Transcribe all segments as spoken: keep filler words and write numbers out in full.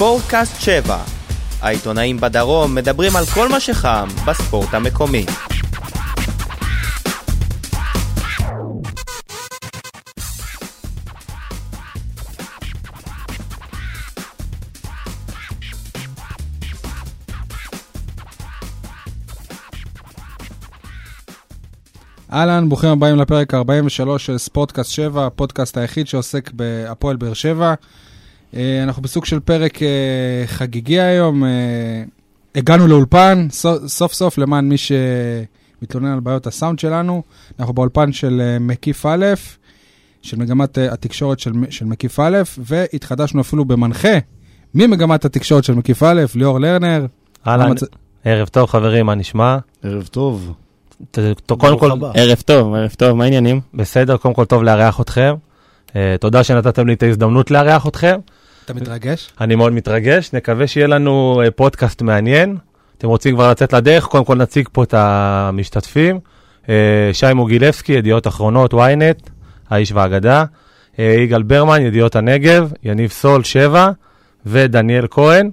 ספורטקאסט שבע. העיתונאים בדרום מדברים על כל מה שחם בספורט המקומי. אהלן, ברוכים הבאים לפרק ארבעים ושלוש של ספורטקאסט שבע, הפודקאסט היחיד שעוסק בהפועל באר שבע. אנחנו בסוג של פרק חגיגי היום, הגענו לאולפן, סוף סוף למען מי שמתלונן על בעיות הסאונד שלנו. אנחנו באולפן של מקיף א', של מגמת התקשורת של, של מקיף א', והתחדשנו אפילו במנחה ממגמת התקשורת של מקיף א', ליאור לרנר. אהלן, מצ... ערב טוב חברים, מה נשמע? ערב טוב. קודם כל, ערב טוב, ערב טוב, מה העניינים? בסדר, קודם כל טוב לארח אתכם. תודה שנתתם לי את ההזדמנות לארח אתכם. אתה מתרגש? אני מאוד מתרגש, נקווה שיהיה לנו פודקאסט מעניין. אתם רוצים כבר לצאת לדרך, קודם כל נציג פה את המשתתפים. שי מוגילבסקי, ידיעות אחרונות, וויינט, האיש והאגדה. יגאל ברמן, ידיעות הנגב, יניב סול, שבע, ודניאל כהן.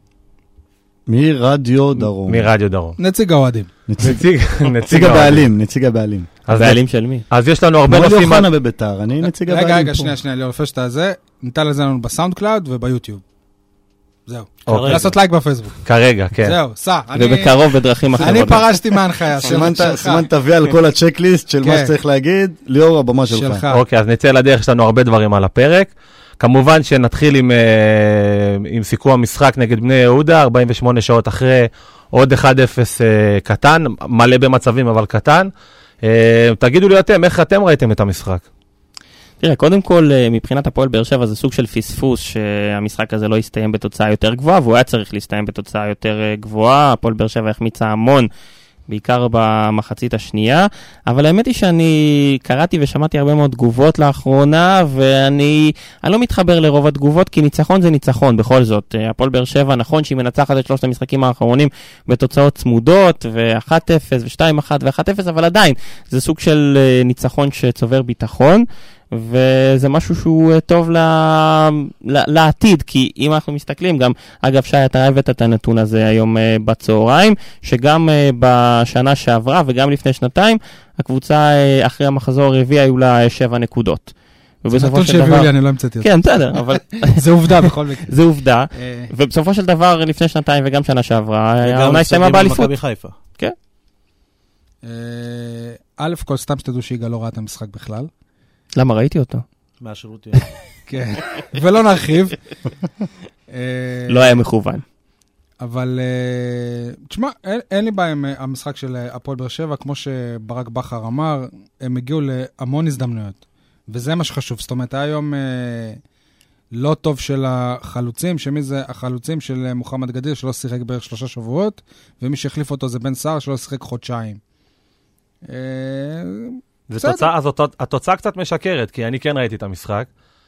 מרדיו דרום. מרדיו דרום. נציג האוהדים. נציג, נציג הבעלים, נציג הבעלים. הבעלים של מי? אז יש לנו הרבה נושאים. מולי אוחנה בביתר, אני נציג הבעלים פה. רגע, רגע, שנייה, שנייה, ליאור, לפני שאתה זה, ניתן לזה לנו בסאונד קלאוד וביוטיוב. זהו. לעשות לייק בפייסבוק. כרגע, כן. זהו, סע. ובקרוב בדרכים אחרות. אני פרשתי מההנחיה שלך. סימן תביא על כל הצ'קליסט של מה שצריך להגיד, ליאור, הבמה שלך. אוקיי, אז נצא לדרך, יש לנו הרבה דברים על הפרק. כמובן שנתחיל עם, עם סיכום המשחק נגד בני יהודה, ארבעים ושמונה שעות אחרי, עוד אחד אפס קטן, מלא במצבים אבל קטן. תגידו לי אתם, איך אתם ראיתם את המשחק? תראה, קודם כל, מבחינת הפועל באר שבע זה סוג של פספוס שהמשחק הזה לא יסתיים בתוצאה יותר גבוהה, והוא היה צריך להסתיים בתוצאה יותר גבוהה. הפועל באר שבע החמיצה המון, בעיקר במחצית השנייה, אבל האמת היא שאני קראתי ושמעתי הרבה מאוד תגובות לאחרונה, ואני אני לא מתחבר לרוב התגובות, כי ניצחון זה ניצחון, בכל זאת. הפועל באר שבע, נכון שהיא מנצחת את שלושת המשחקים האחרונים בתוצאות צמודות, ו-אחת אפס, ו-שתיים אחת, ו-אחת אפס, אבל עדיין, זה סוג של ניצחון שצובר ביטחון, וזה משהו שהוא טוב לעתיד, כי אם אנחנו מסתכלים, גם, אגב, שי, אתה הבאת את הנתון הזה היום בצהריים, שגם בשנה שעברה וגם לפני שנתיים, הקבוצה אחרי המחזור הרביעי היו לה שבע נקודות. זה נתון שהביאו לי, אני לא המצאתי אותו. כן, בסדר, אבל... זה עובדה בכל מקרה. זה עובדה, ובסופו של דבר, לפני שנתיים וגם שנה שעברה, העונה הסתיימה באליפות. כן. א', כל סתם שתדעו שיגאל לא ראה את המשחק בכלל. למה? ראיתי אותו. מהשירותי. כן, ולא נרחיב. לא היה מכוון. אבל, תשמע, אין לי בעיה עם המשחק של הפועל באר שבע, כמו שברק בכר אמר, הם הגיעו להמון הזדמנויות, וזה מה שחשוב. זאת אומרת, היום לא טוב של החלוצים, שמי זה החלוצים של מוחמד גדיר, שלא שיחק בערך שלושה שבועות, ומי שהחליף אותו זה בן סער, שלא שיחק חודשיים. ותוצאה, אז התוצאה קצת משקרת, כי אני כן ראיתי את המשחק,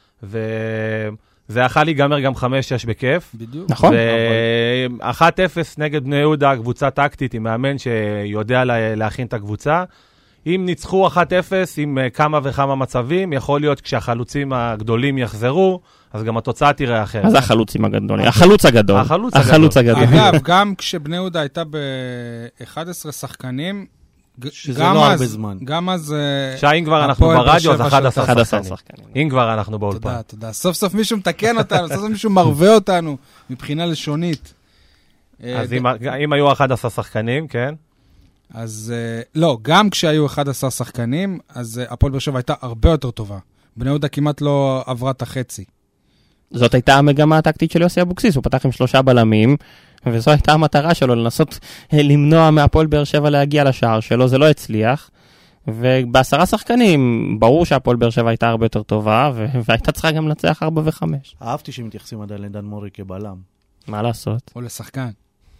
וזה יכול להיגמר גם חמש שש בכיף. בדיוק. נכון. ו-אחת אפס נגד בני יהודה, קבוצה טקטית, עם מאמן שיודע להכין את הקבוצה. אם ניצחו אחת אפס עם כמה וכמה מצבים, יכול להיות כשהחלוצים הגדולים יחזרו, אז גם התוצאה תראה אחרת. אז החלוצים הגדולים, החלוץ הגדול. החלוץ הגדול. אגב, גם כשבני יהודה הייתה ב-אחד עשר שחקנים, שזה לא הרבה זמן. גם אז... שאם כבר אנחנו ברדיו, אז אחד עשר שחקנים. אם כבר אנחנו באולפן. תודה, תודה. סוף סוף מישהו מתקן אותנו, סוף סוף מישהו מרווה אותנו, מבחינה לשונית. אז אם היו אחד עשר שחקנים, כן? אז לא, גם כשהיו אחד עשר שחקנים, אז הפועל באר שבע הייתה הרבה יותר טובה. בני יהודה כמעט לא עברה את החצי. זאת הייתה המגמה הטקטית של יוסי אבוקסיס, הוא פתח עם שלושה בלמים, וזו הייתה המטרה שלו, לנסות למנוע מהפועל באר שבע להגיע לשער שלו, זה לא הצליח, ובעשרה שחקנים, ברור שהפועל באר שבע הייתה הרבה יותר טובה, והייתה צריכה גם לנצח ארבע וחמש. אהבתי שמתייחסים עדיין לדן מורי כבלם. מה לעשות? או לשחקן.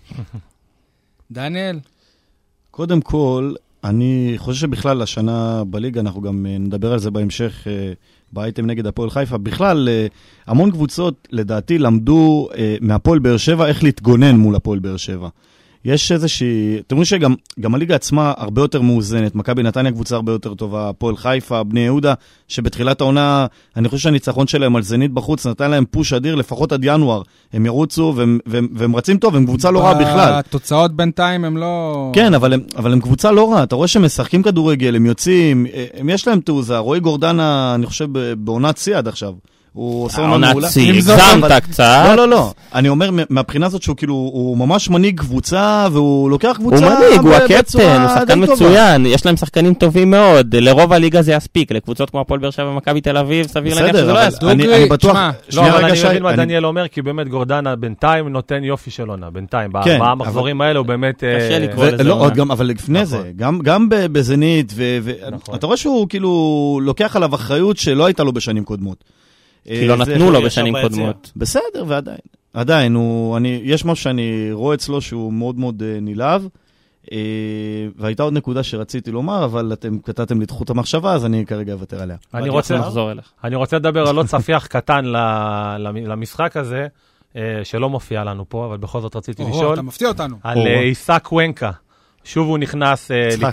דניאל? קודם כל, אני חושב שבכלל השנה בליגה, אנחנו גם נדבר על זה בהמשך, באייטם נגד הפועל חיפה. בכלל, המון קבוצות, לדעתי, למדו מהפועל באר שבע איך להתגונן מול הפועל באר שבע. יש איזושהי, אתם רואים שגם גם הליגה עצמה הרבה יותר מאוזנת, מכבי נתניה קבוצה הרבה יותר טובה, הפועל חיפה, בני יהודה, שבתחילת העונה, אני חושב שהניצחון שלהם על זנית בחוץ, נתן להם פוש אדיר, לפחות עד ינואר, הם ירוצו והם, והם, והם רצים טוב, הם קבוצה לא רעה בכלל. התוצאות בינתיים הם לא... כן, אבל הם, אבל הם קבוצה לא רעה, אתה רואה שהם משחקים כדורגל, הם יוצאים, הם יש להם תעוזה, רועי גורדנה, אני חושב, בעונת צי עד עכשיו. הוא עושה עונה מעולה. הגזמת קצת. לא, לא, לא. אני אומר, מהבחינה הזאת שהוא כאילו, הוא ממש מנהיג קבוצה, והוא לוקח קבוצה... הוא מנהיג, הוא הקפטן, הוא שחקן מצוין, יש להם שחקנים טובים מאוד, לרוב הליגה זה יספיק, לקבוצות כמו הפועל באר שבע ומכבי תל אביב, סביר להניח שזה לא יספיק. אני בטוח... לא, אבל אני מבין מה דניאל אומר, כי באמת גורדנה בינתיים נותן יופי של עונה, בינתיים, בארבעה המחזורים האלה הוא באמת... קשה לקרוא לזה עונה. אבל לפני זה, גם בזנית, ואתה רואה שהוא כאילו לוקח עליו אחריות שלא הייתה לו בשנים קודמות. כי לא נתנו לו בשנים קודמות. בסדר, ועדיין. עדיין, אני, יש משהו שאני רואה אצלו שהוא מאוד מאוד נלהב, והייתה עוד נקודה שרציתי לומר, אבל אתם כתבתם לדחות המחשבה, אז אני כרגע אוותר עליה. אני רוצה לחזור אליך. אני רוצה לדבר על עוד ספיח קטן למשחק הזה, שלא מופיע לנו פה, אבל בכל זאת רציתי לשאול. אתה מפתיע אותנו. על איסק קוונקה. שוב הוא נכנס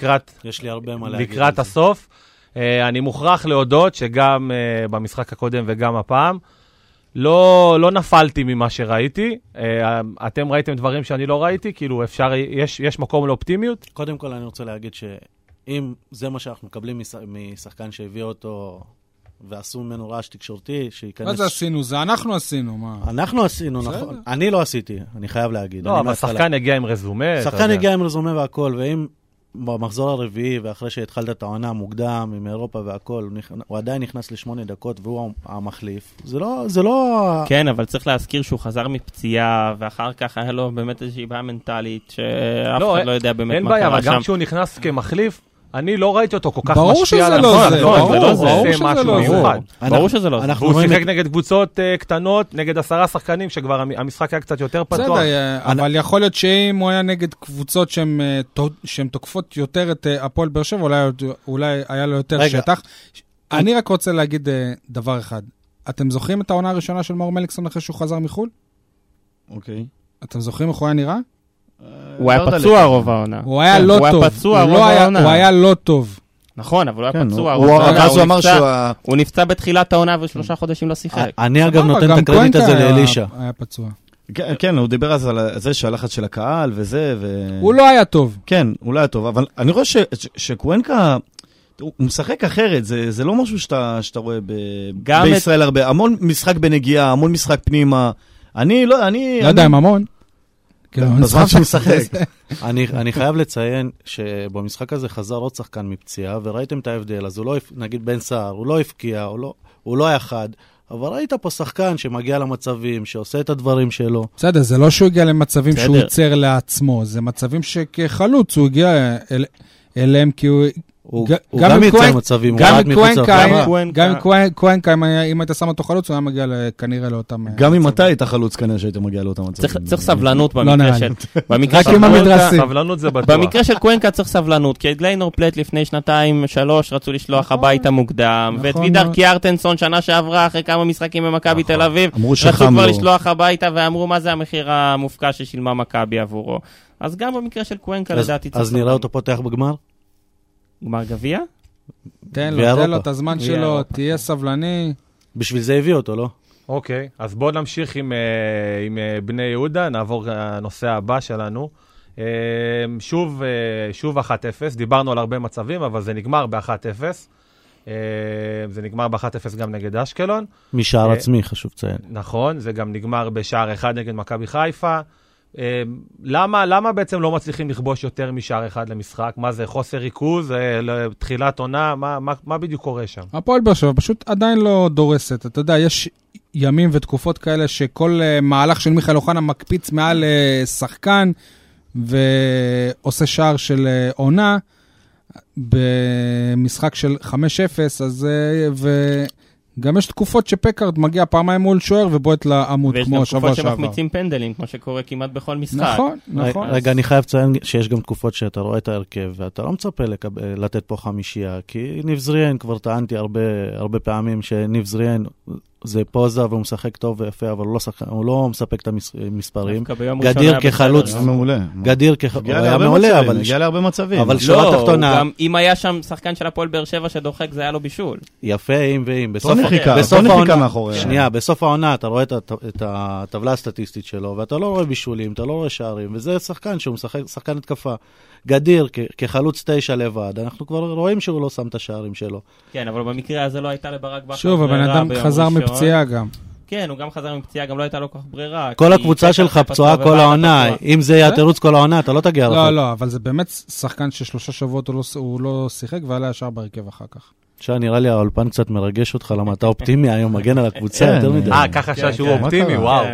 לקראת הסוף. אני מוכרח להודות שגם uh, במשחק הקודם וגם הפעם, לא, לא נפלתי ממה שראיתי. Uh, אתם ראיתם דברים שאני לא ראיתי? כאילו אפשר, יש, יש מקום לאופטימיות? קודם כל אני רוצה להגיד שאם זה מה שאנחנו מקבלים משחקן שהביא אותו ועשו ממנו רעש תקשורתי, שייכנס... מה זה עשינו? זה אנחנו עשינו, מה? אנחנו עשינו, נכון. אני לא עשיתי, אני חייב להגיד. לא, אבל שחקן הגיע עם רזומה. שחקן הגיע עם רזומה והכל, ואם... במחזור הרביעי, ואחרי שהתחלת את העונה מוקדם עם אירופה והכל, הוא, נכ... הוא עדיין נכנס לשמונה דקות, והוא המחליף. זה לא, זה לא... כן, אבל צריך להזכיר שהוא חזר מפציעה, ואחר כך היה לו באמת איזושהי בעיה מנטלית, שאף לא, אחד לא יודע באמת מה קרה שם. אין בעיה, אבל גם כשהוא נכנס כמחליף, אני לא ראיתי אותו כל כך משפיע על החול. ברור שזה לא זה. ברור שזה לא זה. והוא שיחק נגד קבוצות קטנות, נגד עשרה שחקנים, שכבר המשחק היה קצת יותר פתוח. בסדר, אבל יכול להיות שאם הוא היה נגד קבוצות שהן תוקפות יותר את הפועל באר שבע, אולי היה לו יותר שטח. אני רק רוצה להגיד דבר אחד. אתם זוכרים את העונה הראשונה של מאור מליקסון אחרי שהוא חזר מחול? אוקיי. אתם זוכרים איך הוא היה נראה? הוא היה פצוע רוב העונה. הוא היה לא טוב. הוא היה לא טוב. נכון, אבל הוא היה פצוע. הוא נפצע בתחילת העונה ושלושה חודשים לא שיחק. אני אגב נותן את הקרדיט הזה לאלישה. היה פצוע. כן, הוא דיבר אז על זה שהלחץ של הקהל וזה. הוא לא היה טוב. כן, הוא לא היה טוב, אבל אני חושב שקוונקה... הוא משחק אחרת, זה, זה לא משהו שאתה, שאתה רואה ב, בישראל את... הרבה. המון משחק בנגיעה, המון משחק פנימה. אני לא, אני... לא יודע אם המון. בזמן שהוא משחק. אני, אני חייב לציין שבמשחק הזה חזר עוד שחקן מפציעה, וראיתם את ההבדל, אז הוא לא, נגיד בן סער, הוא לא הפקיע, הוא לא, הוא לא אחד, אבל ראית פה שחקן שמגיע למצבים, שעושה את הדברים שלו. בסדר, זה לא שהוא הגיע למצבים בסדר. שהוא ייצר לעצמו, זה מצבים שכחלוץ הוא הגיע אל, אליהם כי הוא... הוא גם יצא מצבים, גם עם קוונקה, אם היית שם אותו חלוץ, הוא היה מגיע כנראה לאותם... גם אם אתה היית חלוץ כנראה שהיית מגיע לאותם מצבים. צריך סבלנות במקרה של... רק עם המדרסים. סבלנות זה בטוח. במקרה של קוונקה צריך סבלנות, כי את גליינור פלט לפני שנתיים, שלוש, רצו לשלוח הביתה מוקדם, ואת וידר קיארטנסון שנה שעברה, אחרי כמה משחקים במכבי תל אביב, רצו כבר לשלוח הביתה, ואמרו מה זה המחיר המופקע ששילמה מכבי עבורו. אז גם במקרה של קוונקה לדעתי צריך... אז נראה אותו פותח בגמר? גמר גביע? תן לו, תן לו את הזמן שלו, תהיה סבלני. בשביל זה הביא אותו, לא? אוקיי, אז בואו נמשיך עם, עם בני יהודה, נעבור לנושא הבא שלנו. שוב, שוב אחת אפס, דיברנו על הרבה מצבים, אבל זה נגמר ב-אחת אפס. זה נגמר ב-אחת אפס גם נגד אשקלון. משער עצמי, חשוב ציין. נכון, זה גם נגמר בשער אחד נגד מכבי חיפה. למה, למה בעצם לא מצליחים לכבוש יותר משער אחד למשחק? מה זה, חוסר ריכוז, תחילת עונה? מה, מה, מה בדיוק קורה שם? הפועל באר שבע פשוט עדיין לא דורסת. אתה יודע, יש ימים ותקופות כאלה שכל מהלך של מיכאל אוחנה מקפיץ מעל שחקן ועושה שער של עונה במשחק של חמש אפס, אז ו... גם יש תקופות שפקארד מגיע פעמיים מול שוער ובועט לעמוד כמו שבוע שעבר. ויש גם תקופות שמחמיצים פנדלים, כמו שקורה כמעט בכל משחק. נכון, נכון. רגע, אני חייב לציין שיש גם תקופות שאתה רואה את ההרכב, ואתה לא מצפה לתת פה חמישייה, כי ניב זריאן, כבר טענתי הרבה, הרבה פעמים שניב זריאן זה פוזה והוא משחק טוב ויפה, אבל הוא לא, שחק, הוא לא מספק את המספרים. גדיר כחלוץ, מעולה. גדיר כחלוץ, הוא היה מעולה, אבל... הגיע להרבה מצבים. אבל שורה תחתונה... גם אם היה שם שחקן של הפועל באר שבע שדוחק, זה היה לו בישול. יפה, אם ואם. בסוף העונה, מאחורי. שנייה, בסוף העונה אתה רואה את הטבלה הסטטיסטית שלו, ואתה לא רואה בישולים, אתה לא רואה שערים, וזה שחקן שהוא שחקן התקפה. גדיר כחלוץ תשע לבד, אנחנו כבר רואים שהוא לא שם את השערים שלו. כן, אבל במקרה הזה לא הייתה לברק בכר. שוב, הבן אדם חזר מפציעה גם. כן, הוא גם חזר מפציעה, גם לא הייתה לו כך ברירה. כל הקבוצה שלך פצועה כל העונה, אם זה יהיה התירוץ כל העונה, אתה לא תגיע רחוק. לא, לא, אבל זה באמת שחקן ששלושה שבועות הוא לא שיחק, ועלה ישר בהרכב אחר כך. עכשיו נראה לי האולפן קצת מרגש אותך, למה אתה אופטימי היום, מגן על הקבוצה יותר מדי. אה, ככה שהוא אופטימי, וואו.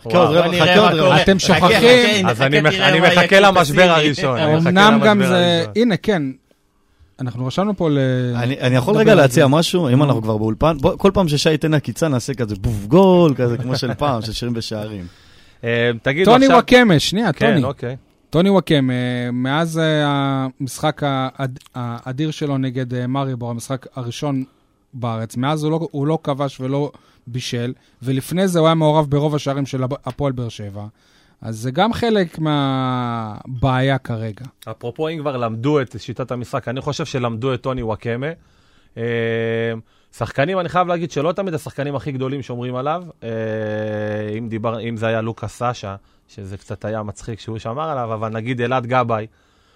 אתם שוכחים. אז אני מחכה למשבר הראשון. אמנם גם זה, הנה, כן. אנחנו רשמנו פה ל... אני יכול רגע להציע משהו, אם אנחנו כבר באולפן, כל פעם ששי ייתן הקיצה נעשה כזה בוף גול, כזה כמו של פעם, של שירים בשערים. טוני וואקמה, שנייה, טוני. כן, אוקיי. טוני וואקמה, מאז המשחק האדיר שלו נגד מאריבור, המשחק הראשון בארץ, מאז הוא לא כבש ולא בישל, ולפני זה הוא היה מעורב ברוב השערים של הפועל באר שבע. אז זה גם חלק מהבעיה כרגע. אפרופו, אם כבר למדו את שיטת המשחק, אני חושב שלמדו את טוני וואקמה. שחקנים, אני חייב להגיד שלא תמיד השחקנים הכי גדולים שומרים עליו. אם, דיבר, אם זה היה לוקה סאשה, שזה קצת היה מצחיק שהוא שמר עליו, אבל נגיד אלעד גבאי.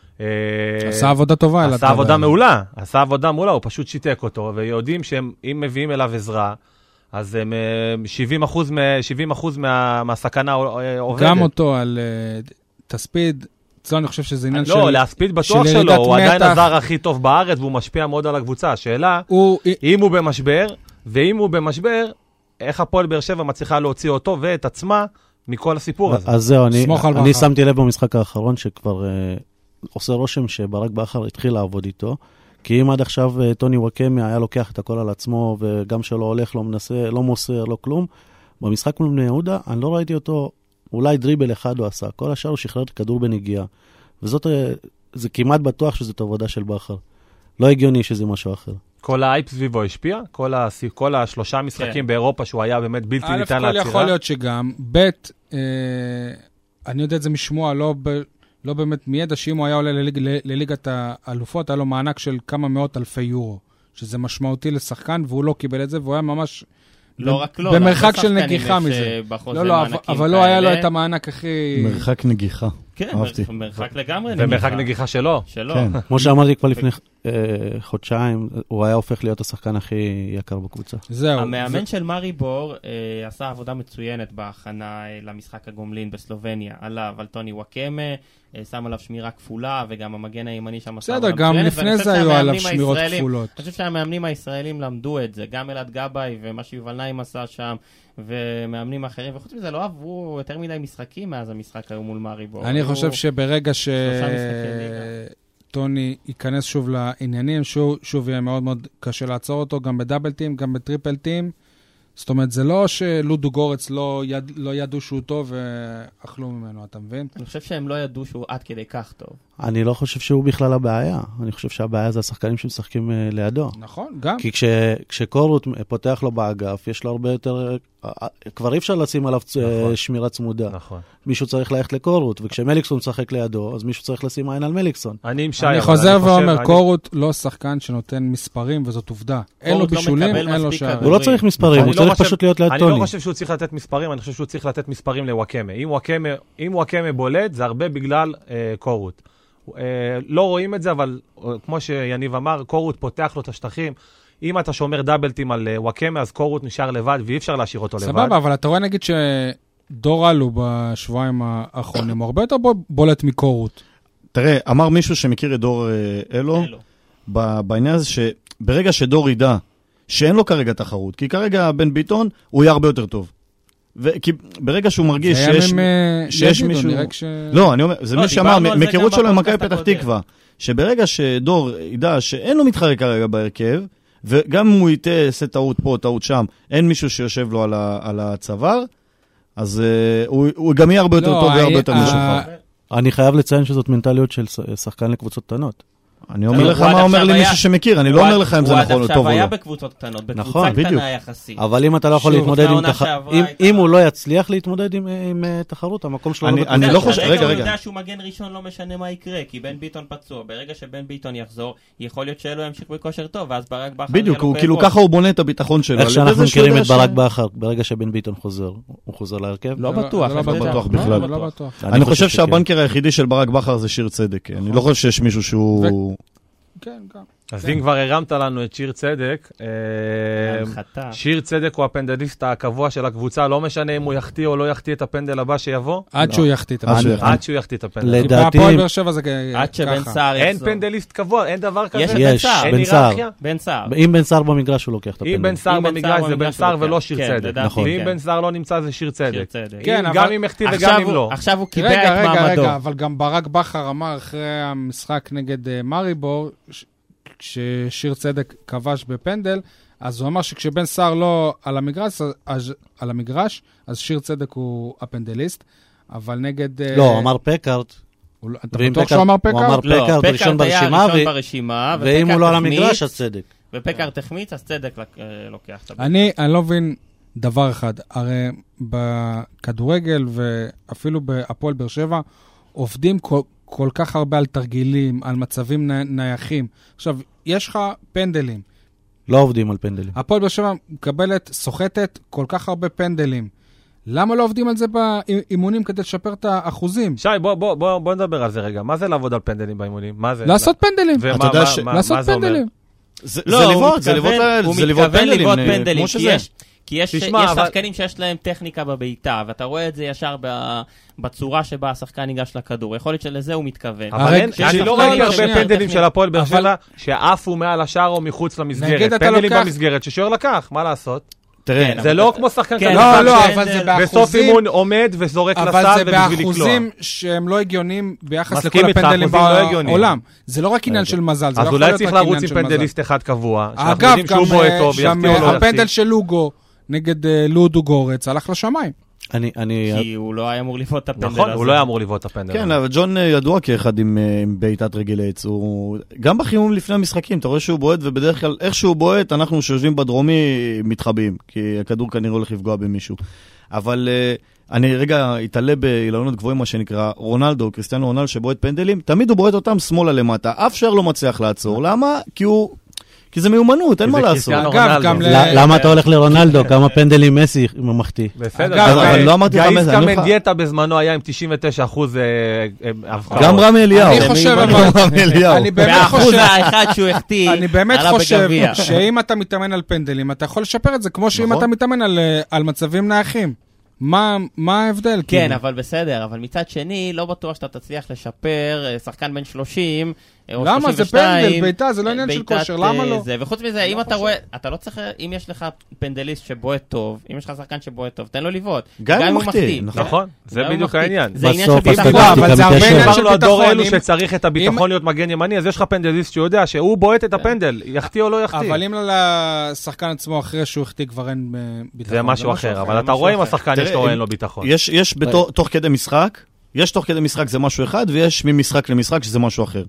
עשה עבודה טובה, אלעד גבאי. עשה עבודה מעולה, עשה עבודה מעולה, הוא פשוט שיתק אותו, ויודעים שאם מביאים אליו עזרה, אז הם שבעים אחוז, שבעים אחוז מה, מהסכנה עובדת. גם אותו על uh, תספיד, אצלו אני חושב שזה עניין לא, של... לא, להספיד בטוח שלו, הוא מתח. עדיין הזר הכי טוב בארץ, והוא משפיע מאוד על הקבוצה. השאלה, הוא... אם הוא במשבר, ואם הוא במשבר, איך הפועל באר שבע מצליחה להוציא אותו ואת עצמה מכל הסיפור הזה. אז זהו, אני, אני שמתי לב במשחק האחרון, שכבר uh, עושה רושם שברק בכר התחיל לעבוד איתו, כי אם עד עכשיו טוני וואקמה היה לוקח את הכל על עצמו, וגם שלא הולך, לא מנסה, לא מוסר, לא כלום, במשחק מול בני יהודה, אני לא ראיתי אותו, אולי דריבל אחד הוא עשה, כל השאר הוא שחרר את כדור בנגיעה, וזאת, זה כמעט בטוח שזאת עבודה של בכר. לא הגיוני שזה משהו אחר. כל האייפ סביבו השפיע? כל, הס... כל השלושה משחקים באירופה שהוא היה באמת בלתי ניתן לעצירה? יכול להיות שגם, ב' אני יודע את זה משמוע, לא ב... לא באמת מידע שאם הוא היה עולה לליג, לליגת האלופות, היה לו מענק של כמה מאות אלפי יורו, שזה משמעותי לשחקן, והוא לא קיבל את זה, והוא היה ממש לא רק לא, במרחק של נגיחה מזה. לא, לא, אבל לא היה לו את המענק הכי... מרחק נגיחה. כן, מרחק לגמרי נגיחה. ומרחק נגיחה שלו. שלו. כמו שאמרתי כבר לפני חודשיים, הוא היה הופך להיות השחקן הכי יקר בקבוצה. זהו. המאמן של מאריבור עשה עבודה מצוינת בהכנה למשחק הגומלין בסלובניה, עליו, על טוני וואקמה, שם עליו שמירה כפולה, וגם המגן הימני שם עשה בסדר, גם לפני זה היו עליו שמירות כפולות. אני חושב שהמאמנים הישראלים למדו את זה, גם אלעד גבאי ומה שיובל נעים עשה שם, ומאמנים אחרים, וחוץ מזה לא עברו יותר מדי משחקים מאז המשחק היום מול מאריבור. אני חושב שברגע שטוני ייכנס שוב לעניינים, שוב יהיה מאוד מאוד קשה לעצור אותו, גם בדאבל טים, גם בטריפל טים. זאת אומרת, זה לא שלודו גורץ לא, יד, לא ידעו שהוא טוב ואכלו ממנו, אתה מבין? אני חושב שהם לא ידעו שהוא עד כדי כך טוב. אני לא חושב שהוא בכלל הבעיה. אני חושב שהבעיה זה השחקנים שמשחקים לידו. נכון, גם. כי כש, כשקורות פותח לו באגף, יש לו הרבה יותר... כבר אי אפשר לשים עליו נכון. שמירה צמודה. נכון. מישהו צריך ללכת לקורות, וכשמליקסון משחק לידו, אז מישהו צריך לשים עין על מליקסון. אני עם שי. אני חוזר ואומר, אני... קורות לא שחקן שנותן מספרים, וזאת עובדה. אין לו בישולים, אין לו שערים. הוא לא צריך מספרים, הוא צריך חושב, פשוט להיות ליד אני טוני. אני לא חושב שהוא צריך לתת מספרים, אני חושב שהוא צריך לתת מספרים לוואקמה. אם וואקמה, אם וואקמה בולט, זה הרבה בגלל אה, קורות. אה, לא רואים את זה, אבל אה, כמו שיניב אמר, קורות פותח לו את השטחים. אם אתה שומר דאבלטים על וואקמה, אז קורות נשאר לבד, ואי אפשר להשאיר אותו לבד. סבבה, אבל אתה רואה נגיד שדור אלו בשבועיים האחרונים, הוא הרבה יותר בולט מקורות. תראה, אמר מישהו שמכיר את דור אלו, בעניין הזה שברגע שדור ידע שאין לו כרגע תחרות, כי כרגע בן ביטון הוא יהיה הרבה יותר טוב. כי ברגע שהוא מרגיש שיש מישהו... לא, אני אומר, זה מי שאמר, מכירות שלו עם מכבי פתח תקווה, שברגע שדור ידע שאין לו מתחרה כרגע בהרכב, וגם אם הוא יעשה טעות פה, טעות שם, אין מישהו שיושב לו על הצוואר, אז הוא גם יהיה הרבה יותר טוב והרבה יותר משוחרר. אני חייב לציין שזאת מנטליות של שחקן לקבוצות קטנות. אני אומר לך מה אומר לי מישהו שמכיר, אני לא אומר לך אם זה נכון או טוב או לא. הוא עד עכשיו היה בקבוצות קטנות, בקבוצה קטנה יחסית. אבל אם אתה לא יכול להתמודד עם תחרות, אם הוא לא יצליח להתמודד עם תחרות, המקום שלו... אני לא חושב, רגע, רגע. הוא יודע שהוא מגן ראשון, לא משנה מה יקרה, כי בן ביטון פצוע. ברגע שבן ביטון יחזור, יכול להיות שאלו ימשיך בכושר טוב, ואז ברק בכר... בדיוק, כאילו ככה הוא בונה את הביטחון שלו. איך שאנחנו מכירים את ברק בכר, ברגע שבן ביטון חוזר, הוא חוזר להרכב? לא בטוח. לא בטוח בכלל. אני חושב שהבנקר היחידי של ברק בכר זה שיר צדק. אני לא חושב שיש מישהו שהוא... כן, גם. אז אם כבר הרמת לנו את שיר צדק, שיר צדק הוא הפנדליסט הקבוע של הקבוצה, לא משנה אם הוא יחטיא או לא יחטיא את הפנדל הבא שיבוא. עד שהוא יחטיא את הפנדל. עד שהוא יחטיא את הפנדל. לדעתי... בהפועל באר שבע זה ככה. עד שבן סער יחזור. אין פנדליסט קבוע, אין דבר כזה. יש בן סער. בן סער. אם בן סער במגרש הוא לוקח את הפנדל. אם בן סער במגרש זה בן סער ולא שיר צדק. ואם בן סער לא נמצא זה שיר צדק. גם אם יחטיא וגם אם לא. עכשיו הוא קיבע את מעמדו. אבל גם ברק בכר אמר אחרי המשחק נגד מאריבור, כששיר צדק כבש בפנדל, אז הוא אמר שכשבן סער לא על המגרש, אז, על המגרש, אז שיר צדק הוא הפנדליסט, אבל נגד... לא, אמר פקארט. אתה בטוח שהוא אמר פקארט? הוא אמר פקארט ראשון ברשימה, ואם הוא לא על המגרש, אז צדק. ופקארט החמיץ, אז צדק לוקח את הבן. אני לא מבין דבר אחד, הרי בכדורגל ואפילו בהפועל באר שבע, עובדים כל... כל כך הרבה על תרגילים, על מצבים נייחים. עכשיו, יש לך פנדלים. לא עובדים על פנדלים. הפועל באר שבע מקבלת, סוחטת כל כך הרבה פנדלים. למה לא עובדים על זה באימונים כדי לשפר את האחוזים? שי, בוא, בוא, בוא, בוא נדבר על זה רגע. מה זה לעבוד על פנדלים באימונים? מה זה? לעשות פנדלים. ומה, מה, ש... מה, לעשות מה זה פנדלים. זה, לא, זה לבעוט, זה לבעוט, זה לבעוט פנדלים, פנדלים, כמו שזה. כי יש, תשמע, יש אבל... שחקנים שיש להם טכניקה בביתה, ואתה רואה את זה ישר ב... בצורה שבה השחקן ניגש לכדור. יכול להיות שלזה הוא מתכוון. אבל אין, אני לא ראיתי הרבה פנדלים של הפועל באר שבע, שעפו מעל השער או מחוץ למסגרת. פנדלים במסגרת ששוער לקח, מה לעשות? תראה, זה לא כמו שחקן כזה. לא, לא, אבל זה באחוזים. בסוף אימון עומד וזורק לסל ובשביל לקלוע. אבל זה באחוזים שהם לא הגיונים ביחס לכל הפנדלים בעולם. זה לא רק עניין של מזל, זה לא יכול להיות רק עניין של מזל. אז אולי צריך לרוץ עם פנדליסט אחד קבוע. אגב, גם הפנדל של לוגו נגד לודו גורץ הלך לשמיים. אני, אני... כי הוא לא היה אמור לבעוט את הפנדל הזה. נכון, הוא לא היה אמור לבעוט את הפנדל. כן, אבל ג'ון ידוע כאחד עם בעיטת רגל עץ. גם בחימום לפני המשחקים, אתה רואה שהוא בועט, ובדרך כלל, איך שהוא בועט, אנחנו שיושבים בדרומי מתחבאים, כי הכדור כנראה הולך לפגוע במישהו. אבל אני רגע אתעלה באילנות גבוהים, מה שנקרא, רונלדו, קריסטיאנו רונלדו, שבועט פנדלים, תמיד הוא בועט אותם שמאלה למטה. אף שער לא מצליח לעצור. למה? כי הוא... כי זה מיומנות, אין מה לעשות. אגב, גם ל... למה אתה הולך לרונלדו? כמה פנדלים מסי מחטיא? בסדר, אבל לא אמרתי לך מזה. גאיס גם דיאטה בזמנו היה עם תשעים ותשע אחוז הבחרות. גם רמי אליהו. אני חושב, אני באמת חושב, האחד שהוא החטיא, אני באמת חושב שאם אתה מתאמן על פנדלים, אתה יכול לשפר את זה, כמו שאם אתה מתאמן על מצבים נייחים. מה ההבדל? כן, אבל בסדר, אבל מצד שני, לא בטוח שאתה תצליח לשפר שחקן בן שלושים, למה? זה פנדל, ביתה, זה לא עניין של כושר, למה לא? וחוץ מזה, אם אתה רואה, אתה לא צריך, אם יש לך פנדליסט שבועט טוב, אם יש לך שחקן שבועט טוב, תן לו לבעוט. גם אם הוא מחטיא. נכון, זה בדיוק העניין. זה עניין של ביטחון. אבל זה הרבה עניין של הדור אלו שצריך את הביטחון להיות מגן ימני, אז יש לך פנדליסט שיודע שהוא בועט את הפנדל, יחטיא או לא יחטיא. אבל אם לשחקן עצמו אחרי שהוא יחטיא כבר אין ביטחון. זה משהו אחר, אבל אתה רואה אם השחקן יש לו או אין לו ביטחון. יש תוך כדי משחק, יש תוך כדי משחק זה משהו אחד, ויש ממשחק למשחק שזה משהו אחר.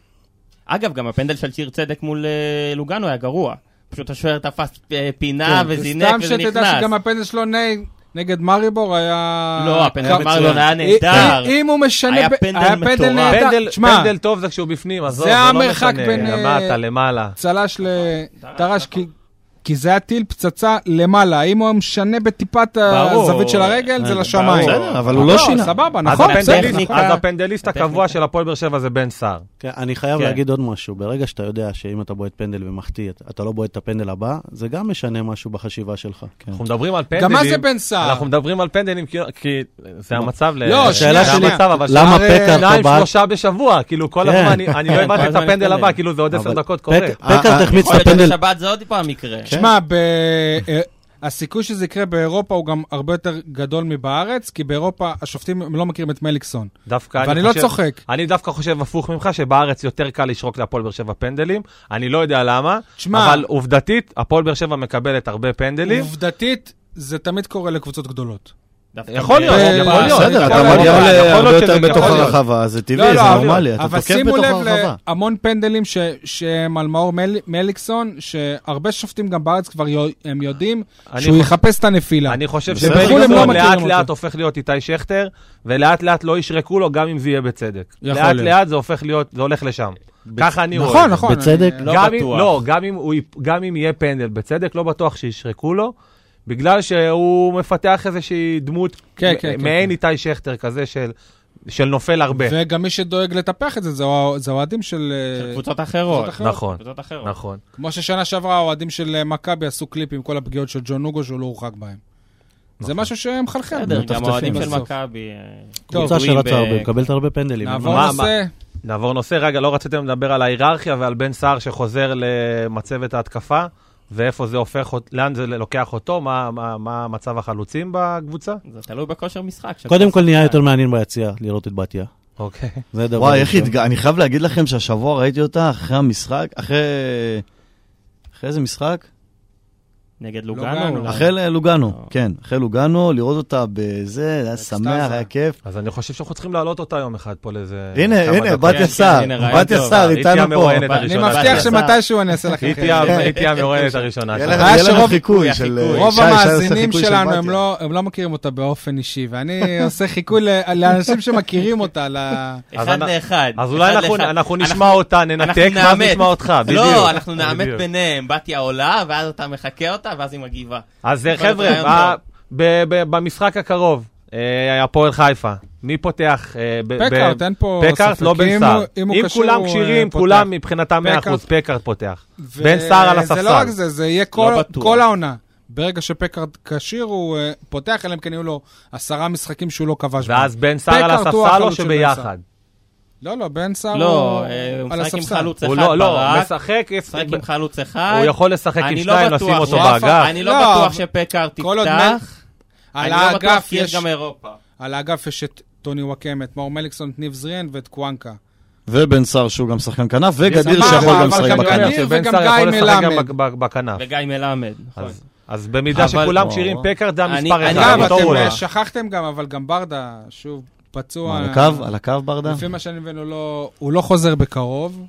אגב, גם הפנדל של שיר צדק מול לוגנו היה גרוע. פשוט השוער תפס פינה וזינק וזה נכנס. סתם שתדע שגם הפנדל שלו נגד מאריבור היה... לא, הפנדל מאריבור היה נהדר. אם הוא משנה... היה פנדל מטורף. פנדל טוב זה כשהוא בפנים, אז זה המרחק בין... למטה, למעלה. צלש לטרש, כי זה היה טיל פצצה למעלה. אם הוא משנה בטיפת הזווית של הרגל, זה לשמיים. אבל הוא לא שינה. סבבה, נכון. אז הפנדליסט הקבוע של הפועל באר שבע זה בן סער. אני חייב להגיד עוד משהו. ברגע שאתה יודע שאם אתה בועט פנדל ומחטיא, אתה לא בועט את הפנדל הבא, זה גם משנה משהו בחשיבה שלך. אנחנו מדברים על פנדלים. גם מה זה בן סער? אנחנו מדברים על פנדלים כי זה המצב. לא, שנייה, שנייה. למה פקארט שניים, שלושה בשבוע. כאילו כל הזמן, אני לא הבנתי את הפנדל הבא, כאילו זה עוד עשר דקות קורה. פקארט החמיץ את הפנדל. בשבת זה עוד פעם מקרה. שמע, הסיכוי שזה יקרה באירופה הוא גם הרבה יותר גדול מבארץ, כי באירופה השופטים לא מכירים את מליקסון. ואני לא צוחק. אני דווקא חושב הפוך ממך, שבארץ יותר קל לשרוק להפועל באר שבע פנדלים. אני לא יודע למה, אבל עובדתית, הפועל באר שבע מקבלת הרבה פנדלים. עובדתית, זה תמיד קורה לקבוצות גדולות. יכול להיות, יכול להיות. בסדר, אתה יכול מגיע להיות. יכול הרבה להיות יותר שזה בתוך יכול להיות. הרחבה, זה לא, טבעי, זה לא, נורמלי, אתה אבל תוקף שימו בתוך לב הרחבה. להמון פנדלים ש- שהם על מאור מל- מליקסון, שהרבה שופטים גם בארץ כבר יו- הם יודעים אני שהוא חושב- יחפש את הנפילה. אני חושב בסדר, בחו"ל הם לא שבליקסון מכירים לאט אותו. לאט הופך להיות איתי שכטר, ולאט לאט לא ישרקו לו גם אם זה יהיה בצדק. יכול לאט להיות. לאט זה הופך להיות, זה הולך לשם. ככה אני רואה את נכון, זה. נכון. בצדק? אני- לא גם אם- בטוח. לא, גם אם הוא יפ- גם אם יהיה פנדל בצדק, לא בטוח שישרקו לו, בגלל שהוא מפתח איזושהי דמות, כן, כן, כן, מעין כן. איתי שכטר כזה של- של נופל הרבה. וגם מי שדואג לטפח את זה, זה האוה- זה האוהדים של... של קבוצות אחרות. קבוצות אחרות. נכון, קבוצות אחרות. נכון. כמו ששנה שעברה האוהדים של מכבי עשו קליפ עם כל הפגיעות של ג'ון נוגו שהוא לא הורחק בהם. זה משהו שמחלחל. בסדר, גם מטפטפים האוהדים של בסוף. מכבי. טוב, קבוצה ידועים שרצה ב- הרבה, מקבלת הרבה פנדלים. נעבור מה- נושא. נעבור נושא, רגע, לא רציתם לדבר על ההיררכיה ועל בן סער שחוזר למצבת ההתקפה, ואיפה זה הופך, אות- לאן זה לוקח אותו, מה, מה, מה מצב החלוצים בקבוצה? זה תלוי בכושר משחק. של קודם כל נהיה שחקן. יותר מעניין ביציאה לראות את בתיה. אוקיי. זה דבר וואי, איך ראשון. התג... אני חייב להגיד לכם שהשבוע ראיתי אותה אחרי המשחק, אחרי... אחרי איזה משחק? נגד לוגאנו. לוגאנו. אולי? אחרי לוגאנו, לא. כן, אחרי לוגאנו, לראות אותה בזה, היה שמח, היה כיף. אז אני חושב שאנחנו צריכים להעלות אותה יום אחד פה לאיזה... הנה, כמה הנה, דקות. בתיה כן, סער, הנה, רעיון בתיה טוב. סער היא איתנו תהיה פה. המרואיינת אני הראשונה. מבטיח שלך. שמתישהו אני אעשה לכם. היא תהיה היא תהיה המרואיינת הראשונה. יהיה שלך. לך- הבעיה יהיה לנו שרוב- חיקוי של... רוב שי, שי עושה המאזינים חיקוי של שלנו, בתיה. הם לא- הם לא מכירים אותה באופן אישי, ואני עושה חיקוי ל- לאנשים שמכירים אותה. ל- אז אחד אנ- לאחד. אז אולי אחד אנחנו- לאחד. אנחנו נשמע אותה, ננתק, אנחנו ואז נאמת. נשמע אותך, בדיוק. לא, אנחנו נאמת בדיוק. ביניהם. בתיה עולה, ואז אתה מחכה אותה, ואז היא מגיבה. אז יכול להיות חבר'ה, רעיון ב- טוב. ב- ב- במשחק הקרוב, אה, הפועל חיפה, מי פותח? אה, ב- פקארט, ב- אין פה פקארט, ספק. לא בן אם סער. הוא- אם הוא אם קשור, כולם הוא, כשירים, אה, כולם פותח. מבחינתם מאה אחוז, פקארט. פקארט פותח. ו- בן סער על זה לא הספסל. רק זה, זה יהיה כל- בטוח. כל העונה. ברגע שפקארט כשיר, הוא אה, פותח, אלא אם כן יהיו לו עשרה משחקים שהוא לא כבש בהם. ואז בן סער על פקארט הוא הספסל או החלוץ של בן שביחד? לא, לא, בן סער לא, הוא אה, הוא על משחק עם הספסל. חלוץ הוא אחד לא, לא, ברק. משחק, משחק עם חלוץ אחד. הוא יכול לשחק עם אני לא שניים, בטוח לשים אותו שהוא- באגף. אני לא לא, בטוח אבל- שפקארט כל עוד תפתח. על אני לא בטוח האגף כי יש יש... גם אירופה. על האגף יש את טוני וואקם, את מאור מליקסון, את ניב זריאן ואת קוואנקה. ובן סער שהוא גם שחקן כנף, וגדיר סבבה, שיכול אבל גם לשחק גם בכנף. גדיר שבן וגם סער יכול גיא לשחק גם מלמד. ב- ב- בכנף. וגיא מלמד. נכון. אז- אז במידה אבל- שכולם או. כשירים, פקארט זה אני- המספר אני- אחד. אגב, בתור אתם עולה. אה, שכחתם גם, אבל גם ברדה, שוב, פצוע. על הקו? על הקו ברדה? לפי מה שאני מבין, הוא לא- הוא לא חוזר בקרוב.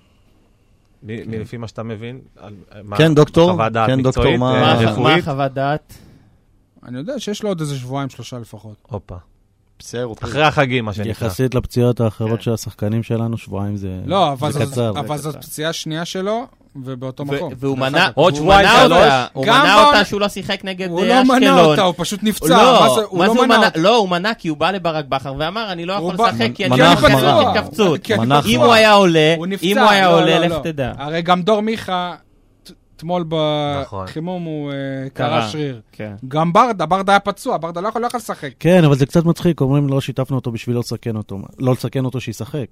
מ- מלפי מה שאתה מבין. על- מה- כן, דוקטור. חוות דעת כן, דוקטור, מקצועית, מה- אה, מה הח- מה רפואית. החוות דעת? אני יודע שיש לו עוד איזה שבועיים, שלושה לפחות. הופה. פציעה אירופאית. אחרי החגים, מה שנקרא. יחסית לפציעות האחרות של השחקנים שלנו, שבועיים זה לא, אבל זה זאת- קצר. אבל זאת פציעה שנייה שלו, ובאותו ו- מקום. והוא מנע עוד והוא שבועיים, מנע שלוש. אותה, הוא גם מנע בעונה- אותה שהוא לא שיחק נגד הוא אה, לא מנע אשקלון. אותה, הוא פשוט נפצע. לא, מה זה, הוא לא מנע אותה. לא, הוא מנע כי הוא בא לברק בכר ואמר, אני לא הוא יכול בא- לשחק כי אני מנע לא החמרה. יכול לשחק התכווצות. כי אני מנח פצוע. אם הוא היה עולה, הוא נפצע. אם הוא היה לא, עולה, לא, לך לא. תדע. הרי גם דור מיכה, ת- אתמול נכון. בחימום הוא אה, קרה. קרע שריר. כן. גם ברדה, ברדה היה פצוע, ברדה לא יכול לא יכול לשחק. כן, אבל זה קצת מצחיק, אומרים לא שיתפנו אותו בשביל לא לסכן אותו, לא לסכן אותו שישחק.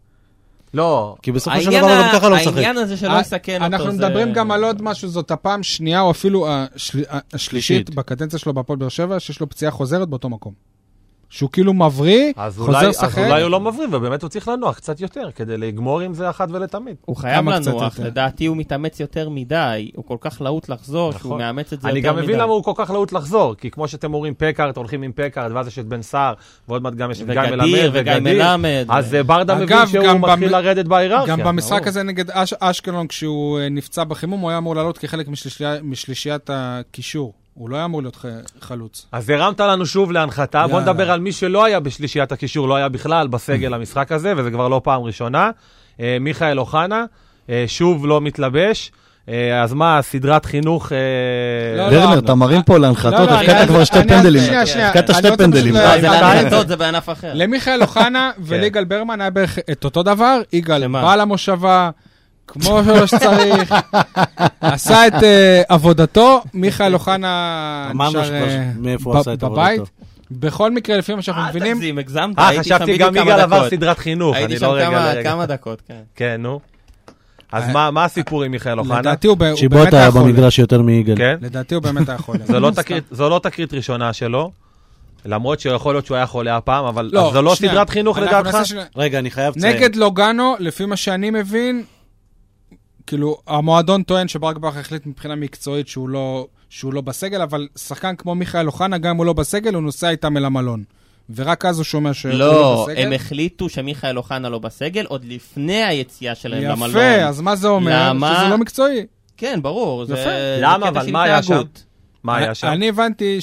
לא. כי בסופו של העניין דבר ה- הוא גם ככה לא משחק. העניין הזה שלא יסכן אותו. אנחנו זה- מדברים גם על עוד משהו, זאת הפעם שנייה, או אפילו השל- השלישית שלישית. בקדנציה שלו בהפועל באר שבע, שיש לו פציעה חוזרת באותו מקום. שהוא כאילו מבריא, אז חוזר אולי, אז לשחק. אולי הוא לא מבריא, ובאמת הוא צריך לנוח קצת יותר, כדי לגמור עם זה אחת ולתמיד. הוא חייב כמה קצת לנוח, יותר. לדעתי הוא מתאמץ יותר מדי, הוא כל כך להוט לחזור, שהוא נכון. מאמץ את זה אני יותר גם מדי. מבין למה הוא כל כך להוט לחזור, כי כמו שאתם אומרים פקארט, הולכים עם פקארט, ואז יש את בן סער, ועוד מעט גם יש את גיא מלמד וגדיר, וגיא וגדיר. מלמד. אז אה, ברדה מבין אגב, שהוא גם מתחיל במ- לרדת בהיררכיה. גם במשחק ברור. הזה נגד אש- אשקלון, כשהוא אה, נפצע בחימום, הוא היה אמור לעלות כחלק משלישייה- משלישיית הקישור. הוא לא היה אמור להיות ח- חלוץ. אז הרמת לנו שוב להנחתה, בוא יאללה. נדבר על מי שלא היה בשלישיית הקישור, לא היה בכלל בסגל המשחק הזה, וזה כבר לא פעם ראשונה. אה, מיכאל אוחנה, אה, שוב לא מתלבש. אה, אז מה, סדרת חינוך... אה, לא, לא, ורנר, אתה מרים פה להנחתות, לא, לא, הפקעת אני- כבר שתי אני- פנדלים. שנייה, שנייה. הפקעת אני שתי רוצה פנדלים. פשוט לא, זה ל- להנחתות, זה בענף אחר. למיכאל אוחנה וליגאל ברמן היה בערך את אותו דבר, יגאל שמה? בא למושבה, כמו שצריך, עשה את אה, עבודתו, מיכאל אוחנה אמרנו נשאר שכבר אה, מאיפה הוא ב- עשה את בבית. עבודתו. בכל מקרה, לפי מה שאנחנו אל מבינים, תגזים, הגזמת, אה, הייתי שם חשבתי בדיוק גם כמה יגאל עבר דקות. סדרת חינוך. הייתי אני שם לא רגע כמה- לרגע. כמה דקות, כן. כן, נו. אז אה, מה מה הסיפור עם מיכאל אוחנה? לדעתי הוא ב- הוא באמת צ'יבוטה היה חולה. במגרש יותר מיגאל. כן? לדעתי הוא באמת היה חולה. זו לא תקרית- זו לא תקרית ראשונה שלו, למרות שיכול להיות שהוא היה חולה הפעם, אבל לא, אז זו לא שנייה. סדרת חינוך אנחנו לדעתך? נעשה שני- רגע, אני חייב לציין. נגד לוגאנו, לפי מה שאני מבין, כאילו, המועדון טוען שברק בכר החליט מבחינה מקצועית שהוא לא, שהוא לא בסגל, אבל שחקן כמו מיכאל אוחנה, גם אם הוא לא בסגל, הוא נוסע איתם אל המלון. ורק אז הוא שומע שהוא לא, לא בסגל. הם החליטו שמיכאל אוחנה לא בסגל, עוד לפני היציאה שלהם יפה, למלון. יפה, אז מה זה אומר? למה? שזה לא מקצועי. כן, ברור. יפה. זה, למה? זה קטע אבל של מה היה התנהגות. שם? מה היה שם? אני הבנתי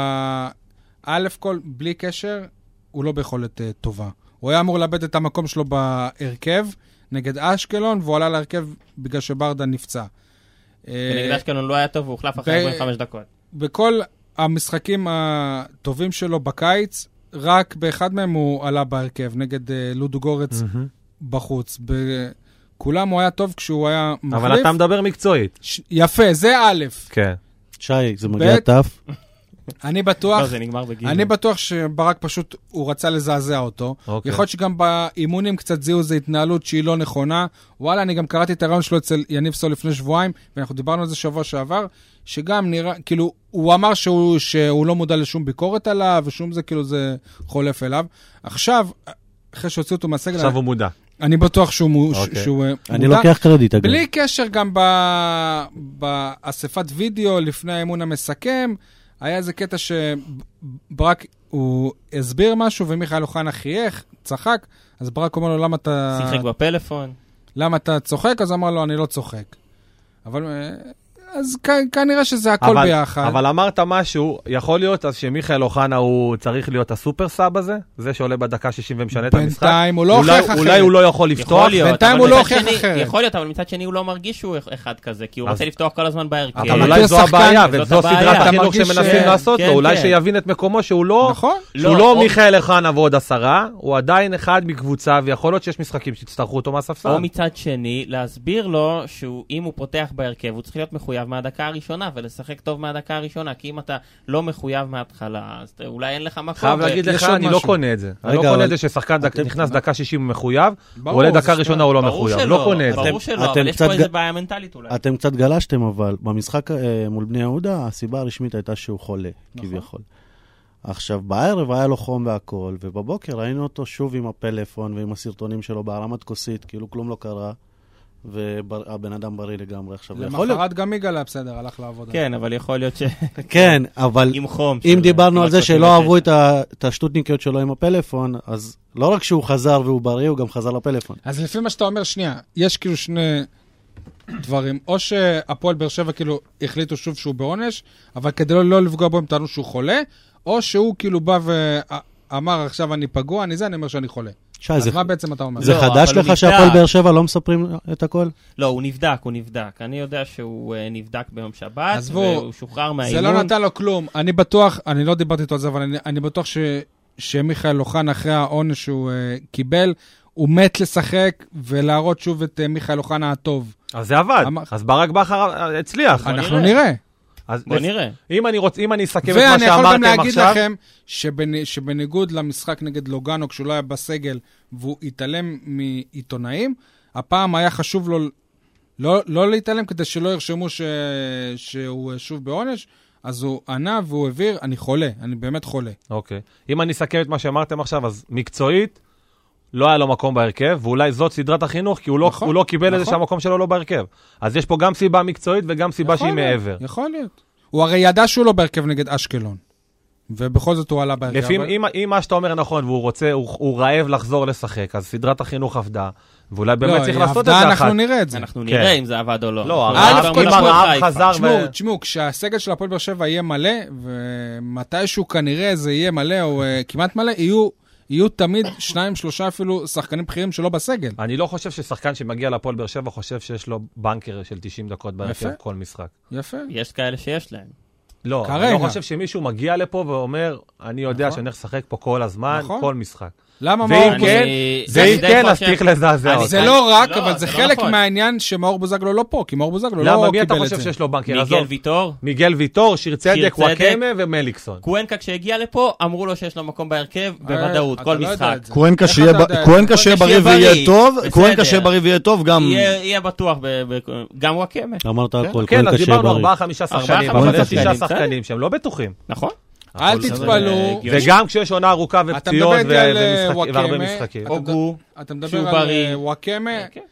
שבאלף כל, בלי קשר, הוא לא ביכולת uh, טובה. הוא היה אמור לאבד את המקום שלו בהרכב, נגד אשקלון, והוא עלה להרכב בגלל שברדה נפצע. ונגד אשקלון לא היה טוב, והוא הוחלף אחרי ארבעים וחמש דקות. בכל המשחקים הטובים שלו בקיץ, רק באחד מהם הוא עלה בהרכב, נגד uh, לודו גורץ mm-hmm. בחוץ. בכולם הוא היה טוב כשהוא היה מחליף. אבל אתה מדבר מקצועית. ש... יפה, זה א'. כן. שי, זה מגיע טף. אני בטוח, לא, זה נגמר בגיל. אני בטוח שברק פשוט, הוא רצה לזעזע אותו. אוקיי. יכול להיות שגם באימונים קצת זיהו זו התנהלות שהיא לא נכונה. וואלה, אני גם קראתי את הרעיון שלו אצל יניב סול לפני שבועיים, ואנחנו דיברנו על זה שבוע שעבר, שגם נראה, כאילו, הוא אמר שהוא, שהוא לא מודע לשום ביקורת עליו, ושום זה, כאילו, זה חולף אליו. עכשיו, אחרי שהוציאו אותו מהסגל, עכשיו הוא מודע. אני בטוח שהוא, אוקיי. שהוא אני מודע. לוקח קרדיט, אגב. בלי קשר גם ב... באספת וידאו לפני האימון המסכם, היה איזה קטע שברק, הוא הסביר משהו, ומיכאל אוחנה חייך, צחק, אז ברק אומר לו, למה אתה... שיחק בפלאפון. למה אתה צוחק? אז אמר לו, אני לא צוחק. אבל... אז כ- כנראה שזה הכל אבל, ביחד. אבל אמרת משהו, יכול להיות אז שמיכאל אוחנה הוא צריך להיות הסופר סאב הזה? זה שעולה בדקה שישים ומשנה את המשחק? בינתיים הוא לא אולי, הוכיח אחרת. אולי הוא לא יכול לפתוח? יכול להיות, בינתיים אבל הוא לא מצד הוכיח שני- אחרת. יכול להיות, אבל מצד שני הוא לא מרגיש שהוא אחד כזה, כי הוא אז- רוצה לפתוח כל הזמן בהרכב. אבל אתה אולי מכיר זו שחקן, הבעיה, זאת וזו הבעיה. סדרת אתה החינוך מרגיש שמנסים ש- לעשות כן, לו, אולי כן. שיבין את מקומו שהוא לא... נכון? שהוא לא, לא או- מיכאל אוחנה ועוד עשרה, הוא עדיין אחד מקבוצה, ויכול להיות שיש משחקים שיצטרכו אותו מהספסל. או מצד שני, להסביר לו שאם הוא פותח בהרכב, הוא צריך להיות מחויב מהדקה הראשונה, ולשחק טוב מהדקה הראשונה, כי אם אתה לא מחויב מההתחלה, אז אולי אין לך מקום. חייב ו- להגיד יש לך, עוד אני לא משהו. קונה את זה. אני לא רגע, קונה אבל- את זה ששחקן דק- אתם- נכנס דקה שישים הוא מחויב, הוא ברור, עולה זה דקה שטויות. ראשונה הוא לא ברור מחויב. שלא, לא קונה את זה. ברור אתם- שלא, אתם אבל יש קצת פה איזה ג- בעיה מנטלית אולי. אתם קצת גלשתם, אבל במשחק אה, מול בני יהודה, הסיבה הרשמית הייתה שהוא חולה, כביכול. עכשיו, בערב היה לו חום והכל, ובבוקר ראינו אותו שוב עם הפלאפון ועם הסרטונים שלו בהרמת כוסית, כאילו כלום לא קרה, והבן אדם בריא לגמרי עכשיו. יכול להיות- למחרת גם יגאל היה בסדר, הלך לעבוד. כן, אבל יכול להיות ש... כן, אבל עם חום. אם של- דיברנו על זה כמעט שלא שלושים ותשע. אהבו את ה- את השטוטניקיות שלו עם הפלאפון, אז לא רק שהוא חזר והוא בריא, הוא גם חזר לפלאפון. אז לפי מה שאתה אומר, שנייה, יש כאילו שני דברים. או שהפועל באר שבע כאילו החליטו שוב שהוא בעונש, אבל כדי לא, לא לפגוע בו הם טענו שהוא חולה, או שהוא כאילו בא ואמר, עכשיו אני פגוע, אני זה, אני אומר שאני חולה. שי, אז זה- מה בעצם אתה אומר? זה לא, חדש אבל הוא לך שהפועל נבדק. באר שבע לא מספרים את הכל? לא, הוא נבדק, הוא נבדק. אני יודע שהוא אה, נבדק ביום שבת, עזבו, והוא שוחרר מהאימון. זה לא נתן לו כלום. אני בטוח, אני לא דיברתי איתו על זה, אבל אני, אני בטוח ש, שמיכאל אוחנה, אחרי העונש שהוא uh, קיבל, הוא מת לשחק ולהראות שוב את uh, מיכאל אוחנה הטוב. אז זה עבד. אמר- אז ברק בכר הצליח. אנחנו נראה. נראה. אז בוא נראה. אם אני רוצ- אם אני אסכם את מה ואני יכול גם שאמרתם להגיד עכשיו... לכם שבנ... שבניגוד למשחק נגד לוגאנו, כשהוא לא היה בסגל והוא התעלם מעיתונאים, הפעם היה חשוב לו לא, לא להתעלם כדי שלא ירשמו ש... שהוא שוב בעונש, אז הוא ענה והוא העביר, אני חולה, אני באמת חולה. אוקיי. אם אני אסכם את מה שאמרתם עכשיו, אז מקצועית, לא היה לו מקום בהרכב, ואולי זאת סדרת החינוך, כי הוא לא, נכון, הוא לא קיבל את זה נכון. שהמקום שלו לא בהרכב. אז יש פה גם סיבה מקצועית וגם סיבה יכול שהיא להיות, מעבר. יכול להיות. הוא הרי ידע שהוא לא בהרכב נגד אשקלון, ובכל זאת הוא עלה בהרכב. לפי, אבל... אם, אם מה שאתה אומר נכון, והוא רוצה, הוא, הוא רעב לחזור לשחק, אז סדרת החינוך עבדה, ואולי באמת לא, צריך היא לעשות את עבדה, זה אנחנו אחת. נראה את זה. אנחנו כן. נראה אם זה עבד או לא. לא, אנחנו הרעב, נראה כל אם גם שבוע מול הרעב חיפה. חזר תשמעו, ו... תשמעו, כשהסגל של הפועל באר שבע יהיה מלא, ומתישהו כנראה זה יהיה מלא, או uh, כמעט מלא, יהיו, יהיו תמיד שניים, שלושה אפילו שחקנים בכירים שלא בסגל. אני לא חושב ששחקן שמגיע לפועל באר שבע חושב שיש לו בנקר של תשעים דקות בהרכב יפה. כל משחק. יפה. יש כאלה שיש להם. לא, כרגע. אני לא חושב שמישהו מגיע לפה ואומר, אני יודע נכון. שאני הולך לשחק פה כל הזמן, נכון. כל משחק. למה ואם מאור אני- כן, זה ואם אני די כן, אז חושב- צריך לזעזע אני- אותו. זה לא רק, לא, אבל זה זה לא חלק נכון. מהעניין שמאור בוזגלו לא פה, כי מאור בוזגלו לא למה, מי אתה קיבל את חושב זה. שיש לו בנקר? מיגל עזוב. ויטור, מיגל ויטור, שיר צדק, שיר צדק. וואקמה ומליקסון. קוונקה כשהגיע לפה, אמרו לו שיש לו מקום בהרכב, בוודאות, אתה כל לא יודע משחק. את זה. קוונקה איך שיהיה אתה ב- יודע? קוונקה שיהיה בריא ויהיה בריא. טוב, בסדר. קוונקה שיהיה בריא ויהיה טוב, גם... יהיה יהיה בטוח, ב- ב- גם וואקמה, אמרת הכל, כן, כל אז קשה דיברנו בריא. ארבעה חמישה ארבעה, שחקנים, חמישה אבל יש שישה שחקנים, שחקנים שהם לא בטוחים. נכון? אל הכל תתפלאו. זה- וגם כשיש עונה ארוכה אתה מדבר ופציעות איתי על ומשחק- וואקמה, והרבה משחקים. אתה הוגו, מדבר- אתה שהוא מדבר על בריא. אה, וואקמה, כן.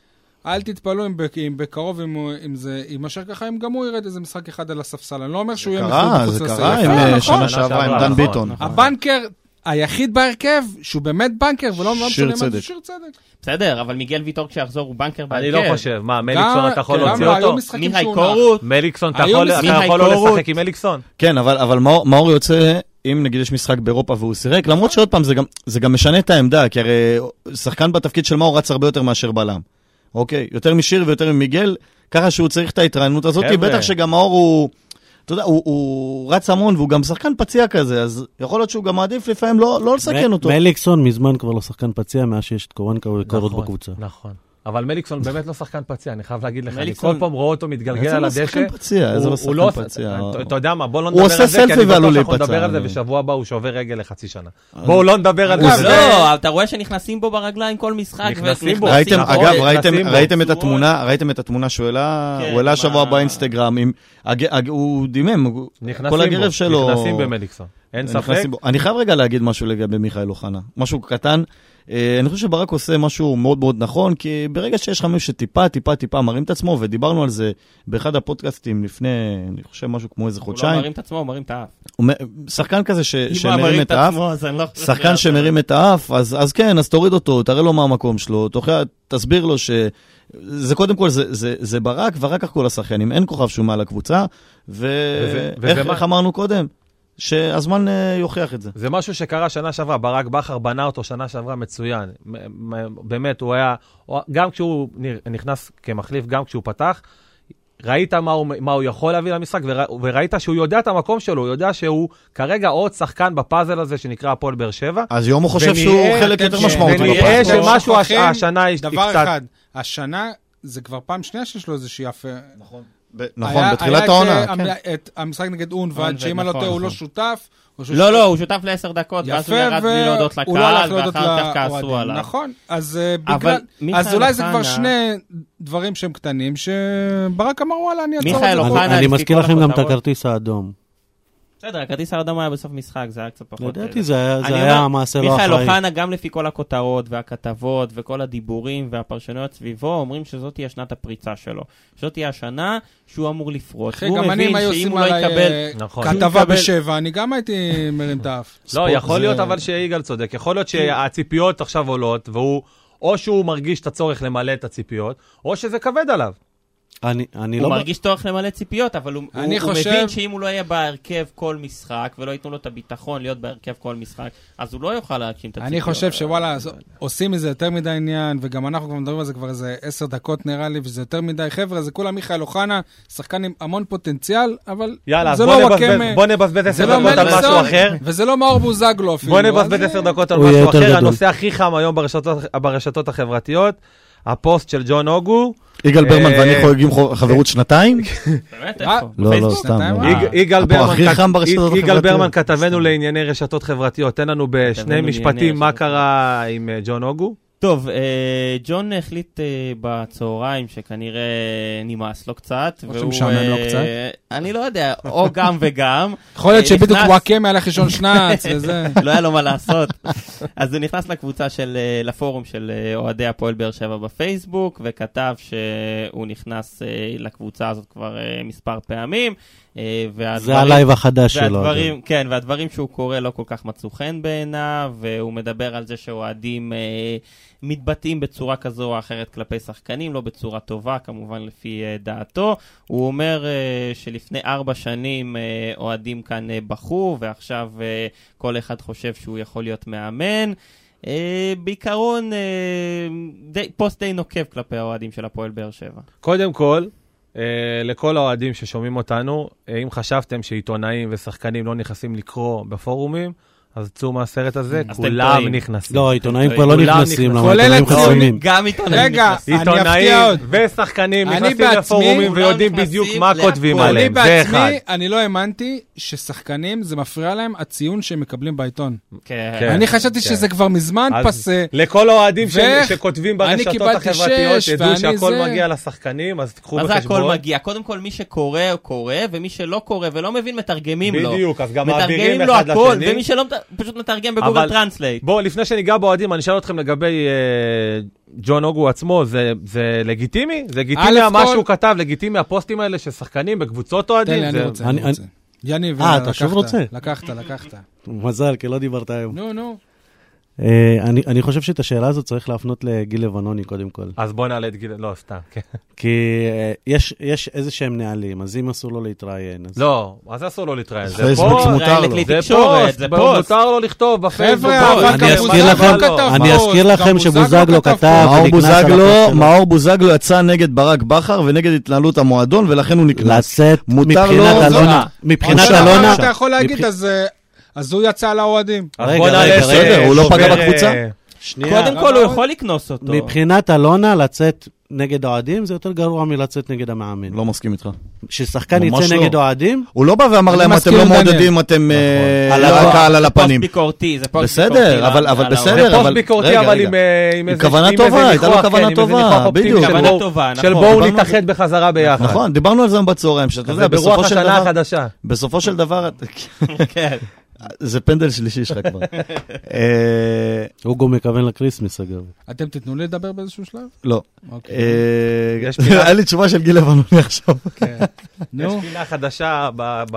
אל תתפלו אם, אם בקרוב, אם, אם זה יימשך ככה, אם גם הוא ירד איזה משחק אחד על הספסל. אני לא אומר שהוא יהיה מחוץ לספסל. זה קרה, עם שנה שעברה, עם דן ביטון. הבנקר היחיד בהרכב, שהוא באמת בנקר, ולא משנה מה זה שיר צדק. בסדר, אבל מיגל ויטור כשיחזור הוא בנקר בהרכב. אני לא חושב, מה, מליקסון אתה יכול להוציא אותו? מיהי קורות. מליקסון, אתה יכול לא לשחק עם מליקסון? כן, אבל מאור יוצא, אם נגיד יש משחק באירופה והוא סירק, למרות שעוד פעם זה גם משנה את העמדה, כי הרי שחקן בתפקיד של מאור רץ הרבה יותר מאשר בלם. אוקיי, יותר משיר ויותר ממיגל, ככה שהוא צריך את ההתרענות הזאת, בטח שגם מאור הוא... אתה יודע, הוא, הוא רץ המון, והוא גם שחקן פציע כזה, אז יכול להיות שהוא גם מעדיף לפעמים לא, לא לסכן אותו. מליקסון מזמן כבר לא שחקן פציע, מאז שיש את קורנקה וקורות בקבוצה. נכון. אבל מליקסון באמת לא שחקן פציע, אני חייב להגיד לך, אני כל פעם רואה אותו מתגלגל על הדשא. איזה לא שחקן פציע, איזה לא שחקן פציע. אתה יודע מה, בוא לא נדבר על זה, כי אני בטוח שאנחנו נדבר על זה, ושבוע הבא הוא שובר רגל לחצי שנה. בואו לא נדבר על זה. לא, אתה רואה שנכנסים בו ברגליים כל משחק. נכנסים בו. אגב, ראיתם את התמונה, ראיתם את התמונה שהוא העלה שבוע באינסטגרם, הוא דימם, כל הגרב שלו. נכנסים במליקסון, אין ספק. אני חייב רגע להגיד משהו לגבי מיכאל אוחנה, משהו קטן. אני חושב שברק עושה משהו מאוד מאוד נכון, כי ברגע שיש לך מישהו שטיפה, טיפה, טיפה מרים את עצמו, ודיברנו על זה באחד הפודקאסטים לפני, אני חושב משהו כמו איזה חודשיים. הוא לא מרים את עצמו, הוא מרים את האף. שחקן כזה שמרים את האף, שחקן שמרים את האף, אז כן, אז תוריד אותו, תראה לו מה המקום שלו, תסביר לו שזה קודם כל, זה ברק, ורק כך כל השחקנים, אין כוכב שהוא מעל הקבוצה, ואיך אמרנו קודם? שהזמן יוכיח את זה. זה משהו שקרה שנה שעברה, ברק בכר בנה אותו שנה שעברה מצוין. באמת, הוא היה, גם כשהוא נכנס כמחליף, גם כשהוא פתח, ראית מה הוא, מה הוא יכול להביא למשחק, וראית שהוא יודע את המקום שלו, הוא יודע שהוא כרגע עוד שחקן בפאזל הזה שנקרא הפועל באר שבע. אז יום הוא חושב שהוא חלק יותר משמעותי. ונראה שמשהו השנה היא קצת... דבר אחד, השנה זה כבר פעם שנייה שיש לו איזושהי יפה... נכון. נכון, בתחילת העונה. את המשחק נגד אונבד, שאם אני לא טועה הוא לא שותף. לא, לא, הוא שותף לעשר דקות, ואז הוא ירד בלי להודות לקהל, ואחר כך כעסו עליו. נכון, אז אולי זה כבר שני דברים שהם קטנים, שברק אמר וואלה, אני אעצור את זה. אני מזכיר לכם גם את הכרטיס האדום. בסדר, הכרטיס האדום היה בסוף משחק, זה היה קצת פחות... לדעתי, זה היה מעשה לא אחראי. מיכאל אוחנה, גם לפי כל הכותרות והכתבות וכל הדיבורים והפרשנויות סביבו, אומרים שזאת תהיה שנת הפריצה שלו. שזאת תהיה השנה שהוא אמור לפרוץ. הוא מבין שאם הוא לא יקבל... כתבה בשבע, אני גם הייתי מרים את האף. לא, יכול להיות אבל שיגאל צודק. יכול להיות שהציפיות עכשיו עולות, והוא, או שהוא מרגיש את הצורך למלא את הציפיות, או שזה כבד עליו. אני, אני הוא לא... מרגיש צורך למלא ציפיות, אבל הוא, הוא, חושב... הוא מבין שאם הוא לא יהיה בהרכב כל משחק, ולא ייתנו לו את הביטחון להיות בהרכב כל משחק, אז הוא לא יוכל להגשים את הציפיות. אני חושב שוואלה, עושים מזה יותר מדי עניין, וגם אנחנו כבר מדברים על זה כבר איזה עשר דקות נראה לי, וזה יותר מדי חבר'ה, זה כולה מיכאל אוחנה, שחקן עם המון פוטנציאל, אבל יאללה, זה בוא לא נבזבז, וואקמה, בוא נבזבז עשר לא דקות על משהו אחר. וזה לא מאור בוזגלו אפילו. בוא נבזבז עשר דקות על משהו אחר, הנושא הכי חם היום ברשתות, ברשתות החברתיות, הפוסט של ג'ון אוגו. יגאל ברמן ואני חוגגים חברות שנתיים? באמת, איפה? לא, לא, סתם. יגאל ברמן כתבנו לענייני רשתות חברתיות. תן לנו בשני משפטים מה קרה עם ג'ון אוגו. טוב, ג'ון החליט בצהריים שכנראה נמאס לו קצת. או שמשעמם לו קצת. אני לא יודע, או גם וגם. יכול להיות שבדיוק וואקמה הלך ראשון שנץ וזה. לא היה לו מה לעשות. אז הוא נכנס לקבוצה של, לפורום של אוהדי הפועל באר שבע בפייסבוק, וכתב שהוא נכנס לקבוצה הזאת כבר מספר פעמים. זה הלייב החדש שלו. כן, והדברים שהוא קורא לא כל כך מצאו חן בעיניו, והוא מדבר על זה שאוהדים מתבטאים בצורה כזו או אחרת כלפי שחקנים, לא בצורה טובה, כמובן לפי דעתו. הוא אומר שלפני ארבע שנים אוהדים כאן בחו, ועכשיו כל אחד חושב שהוא יכול להיות מאמן. בעיקרון, פוסט די נוקב כלפי האוהדים של הפועל באר שבע. קודם כל, לכל האוהדים ששומעים אותנו, אם חשבתם שעיתונאים ושחקנים לא נכנסים לקרוא בפורומים, אז צאו מהסרט הזה, כולם נכנסים. לא, עיתונאים כבר לא נכנסים, למה עיתונאים חסומים. גם עיתונאים נכנסים. עיתונאים ושחקנים נכנסים לפורומים ויודעים בדיוק מה כותבים עליהם. אני בעצמי, אני לא האמנתי ששחקנים זה מפריע להם הציון שהם מקבלים בעיתון. אני חשבתי שזה כבר מזמן פסה. לכל האוהדים שכותבים ברשתות החברתיות, ידעו שהכל מגיע לשחקנים, אז תקחו בחשבון. מה זה הכל מגיע? קודם כל מי שקורא, קורא, ומי שלא קורא ולא מבין, מתרגמים לו. בדיוק, אז גם מעבירים אחד לשני. פשוט מתרגם בגוגל טרנסלייט. בואו, לפני שניגע באוהדים, אני אשאל אתכם לגבי ג'ון אוגו עצמו, זה לגיטימי? זה לגיטימי מה שהוא כתב, לגיטימי הפוסטים האלה ששחקנים בקבוצות אוהדים? תן לי, אני רוצה, אני רוצה. יניב, אה, אתה שוב רוצה? לקחת, לקחת. מזל, כי לא דיברת היום. נו, נו. אני, אני חושב שאת השאלה הזאת צריך להפנות לגיל לבנוני קודם כל. אז בוא נעלה את גיל, לא, סתם, כן. כי יש, יש איזה שהם נהלים, אז אם אסור לו להתראיין. אז... לא, אז אסור לו להתראיין. זה פייסבוק פוסט, מותר לו. זה פוסט, זה פוסט. מותר לו לכתוב בפייסבוק. חבר'ה, אני אזכיר לכם, אני אזכיר לכם שבוזגלו כתב, מאור בוזגלו, מאור בוזגלו יצא נגד ברק בכר ונגד התנהלות המועדון, ולכן הוא נקנס. לצאת מבחינת אלונה. מבחינת אלונה. אתה יכול להגיד, אז הוא יצא לאוהדים. רגע, בסדר, הוא לא פגע בקבוצה. קודם כל הוא יכול לקנוס אותו. מבחינת אלונה, לצאת נגד אוהדים זה יותר גרוע מלצאת נגד המאמן. לא מסכים איתך. ששחקן יצא נגד אוהדים... הוא לא בא ואמר להם, אתם לא מעודדים, אתם הקהל על הפנים. זה פוסט ביקורתי, זה פוסט ביקורתי. בסדר, אבל בסדר. זה פוסט ביקורתי, אבל עם איזה כוונה טובה, הייתה לו כוונה טובה, בדיוק. כוונה טובה, נכון. של בואו נתאחד בחזרה ביחד. נכון, דיברנו על זה בצהריים, שאתה יודע, ברוח השנה החדשה. בסופו של דבר... כן. זה פנדל שלישי שלך כבר. אוגו מכוון לקריסמס, אגב. אתם תתנו לי לדבר באיזשהו שלב? לא. היה לי תשובה של גיל לבנוני עכשיו. יש פינה חדשה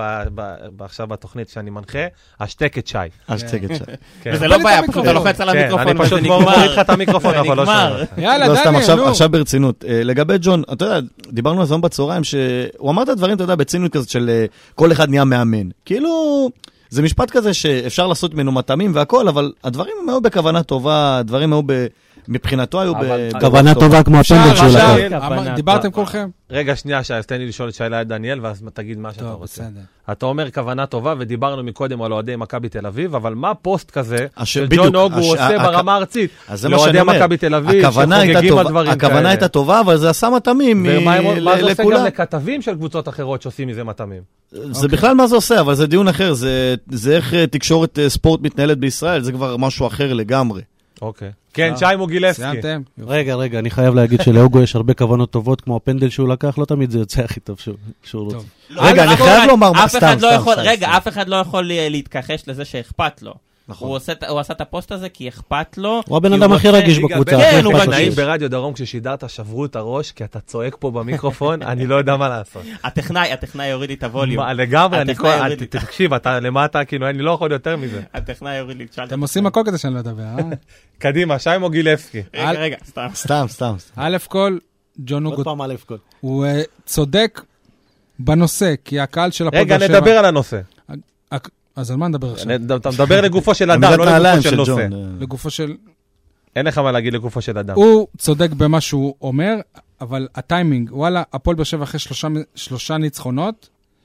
עכשיו בתוכנית שאני מנחה, השתקת שי. השתקת שי. וזה לא בעיה, פשוט אתה לוחץ על המיקרופון אני פשוט מוריד לך את המיקרופון, אבל לא שואל. יאללה, דניאל, נו. עכשיו ברצינות. לגבי ג'ון, אתה יודע, דיברנו על זה בצהריים, שהוא אמר את הדברים, אתה יודע, בציניות כזאת של כל אחד נהיה מאמן. כאילו... זה משפט כזה שאפשר לעשות ממנו מטעמים והכל, אבל הדברים הם היו בכוונה טובה, הדברים היו מבחינתו היו בכוונה טובה כמו הפנדל שלכם. דיברתם כולכם? רגע, שנייה, שי, אז תן לי לשאול את שאלה את דניאל, ואז תגיד מה שאתה רוצה. אתה אומר כוונה טובה, ודיברנו מקודם על אוהדי מכבי תל אביב, אבל מה פוסט כזה שג'ון אוגו עושה ברמה הארצית לאוהדי מכבי תל אביב, שחוגגים על דברים כאלה? הכוונה הייתה טובה, אבל זה עשה מטעמים לכולם. ומה זה עושה גם לכתבים של קבוצות אחרות שעושים מזה מטעמים? זה בכלל מה זה עושה, אבל זה דיון אחר, זה איך תקשורת ספורט מתנהלת בישראל, זה כבר משהו אחר לגמרי. אוקיי. כן, שי מוגילבסקי. סיימתם. רגע, רגע, אני חייב להגיד שלאוגו יש הרבה כוונות טובות, כמו הפנדל שהוא לקח, לא תמיד זה יוצא הכי טוב שהוא רוצה. רגע, אני חייב לומר מה סתם, סתם. רגע, אף אחד לא יכול להתכחש לזה שאכפת לו. הוא עשה את הפוסט הזה כי אכפת לו. הוא הבן אדם הכי רגיש בקבוצה. כן, הוא נעים ברדיו דרום כששידרת שברו את הראש, כי אתה צועק פה במיקרופון, אני לא יודע מה לעשות. הטכנאי, הטכנאי יוריד לי את הווליום. לגמרי, תקשיב, אתה למטה, כאילו, אני לא יכול יותר מזה. הטכנאי יוריד לי. אתם עושים הכל כזה שאני לא אדבר, אה? קדימה, שי מוגילבסקי. רגע, רגע, סתם. סתם, סתם. א' כל, ג'ון אוגו. עוד פעם א' כל. הוא צודק בנושא, כי הקהל של הפועל רגע, נדבר על הנושא. אז על מה נדבר עכשיו? אתה מדבר לגופו של אדם, לא לגופו של נושא. לגופו של... אין לך מה להגיד לגופו של אדם. הוא צודק במה שהוא אומר, אבל הטיימינג, וואלה, הפועל באר שבע אחרי שלושה ניצחונות,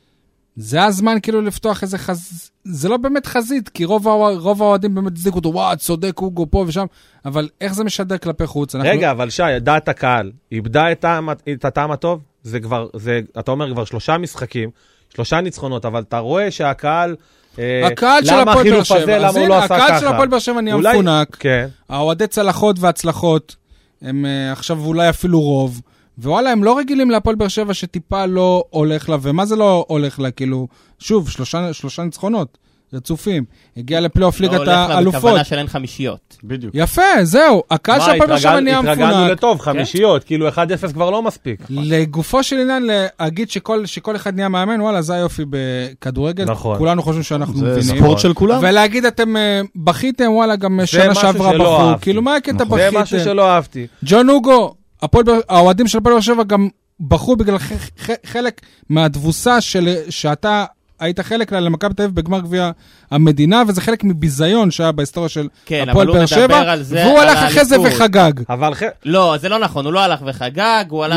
זה הזמן כאילו לפתוח איזה חז... זה לא באמת חזית, כי רוב האוהדים באמת הצדיקו אותו, וואו, צודק, אוגו פה ושם, אבל איך זה משדר כלפי חוץ? רגע, אבל שי, דעת הקהל, איבדה את הטעם הטוב? זה כבר, אתה אומר כבר שלושה משחקים, שלושה ניצחונות, אבל אתה רואה שהקהל... הקהל של הפועל באר שבע, הקהל של הפועל באר שבע נהיה מפונק, האוהדי צלחות והצלחות, הם עכשיו אולי אפילו רוב, ווואלה, הם לא רגילים להפועל באר שבע שטיפה לא הולך לה, ומה זה לא הולך לה? כאילו, שוב, שלושה, שלושה ניצחונות, רצופים, הגיע לפלייאוף ליגת האלופות. לא הולך לה בכוונה שלהן חמישיות. בדיוק. יפה, זהו, הקהל של הפועל באר שבע נהיה מפונק. התרגלנו לטוב, חמישיות, כאילו אחד אפס כבר לא מספיק. לגופו של עניין, להגיד שכל אחד נהיה מאמן, וואלה, זה היופי בכדורגל. נכון. כולנו חושבים שאנחנו מבינים. זה ספורט של כולם. ולהגיד, אתם בכיתם, וואלה, גם שנה שעברה בחור. כאילו, מה הקטע בכיתם? זה משהו שלא אהבתי. ג'ון אוגו, האוהדים של הפועל באר שבע גם בחרו בגלל חלק מהתבוסה שאתה היית חלק למכבי תל אביב בגמר גביע המדינה, וזה חלק מביזיון שהיה בהיסטוריה של הפועל באר שבע, והוא הלך אחרי זה וחגג. לא, זה לא נכון, הוא לא הלך וחגג, הוא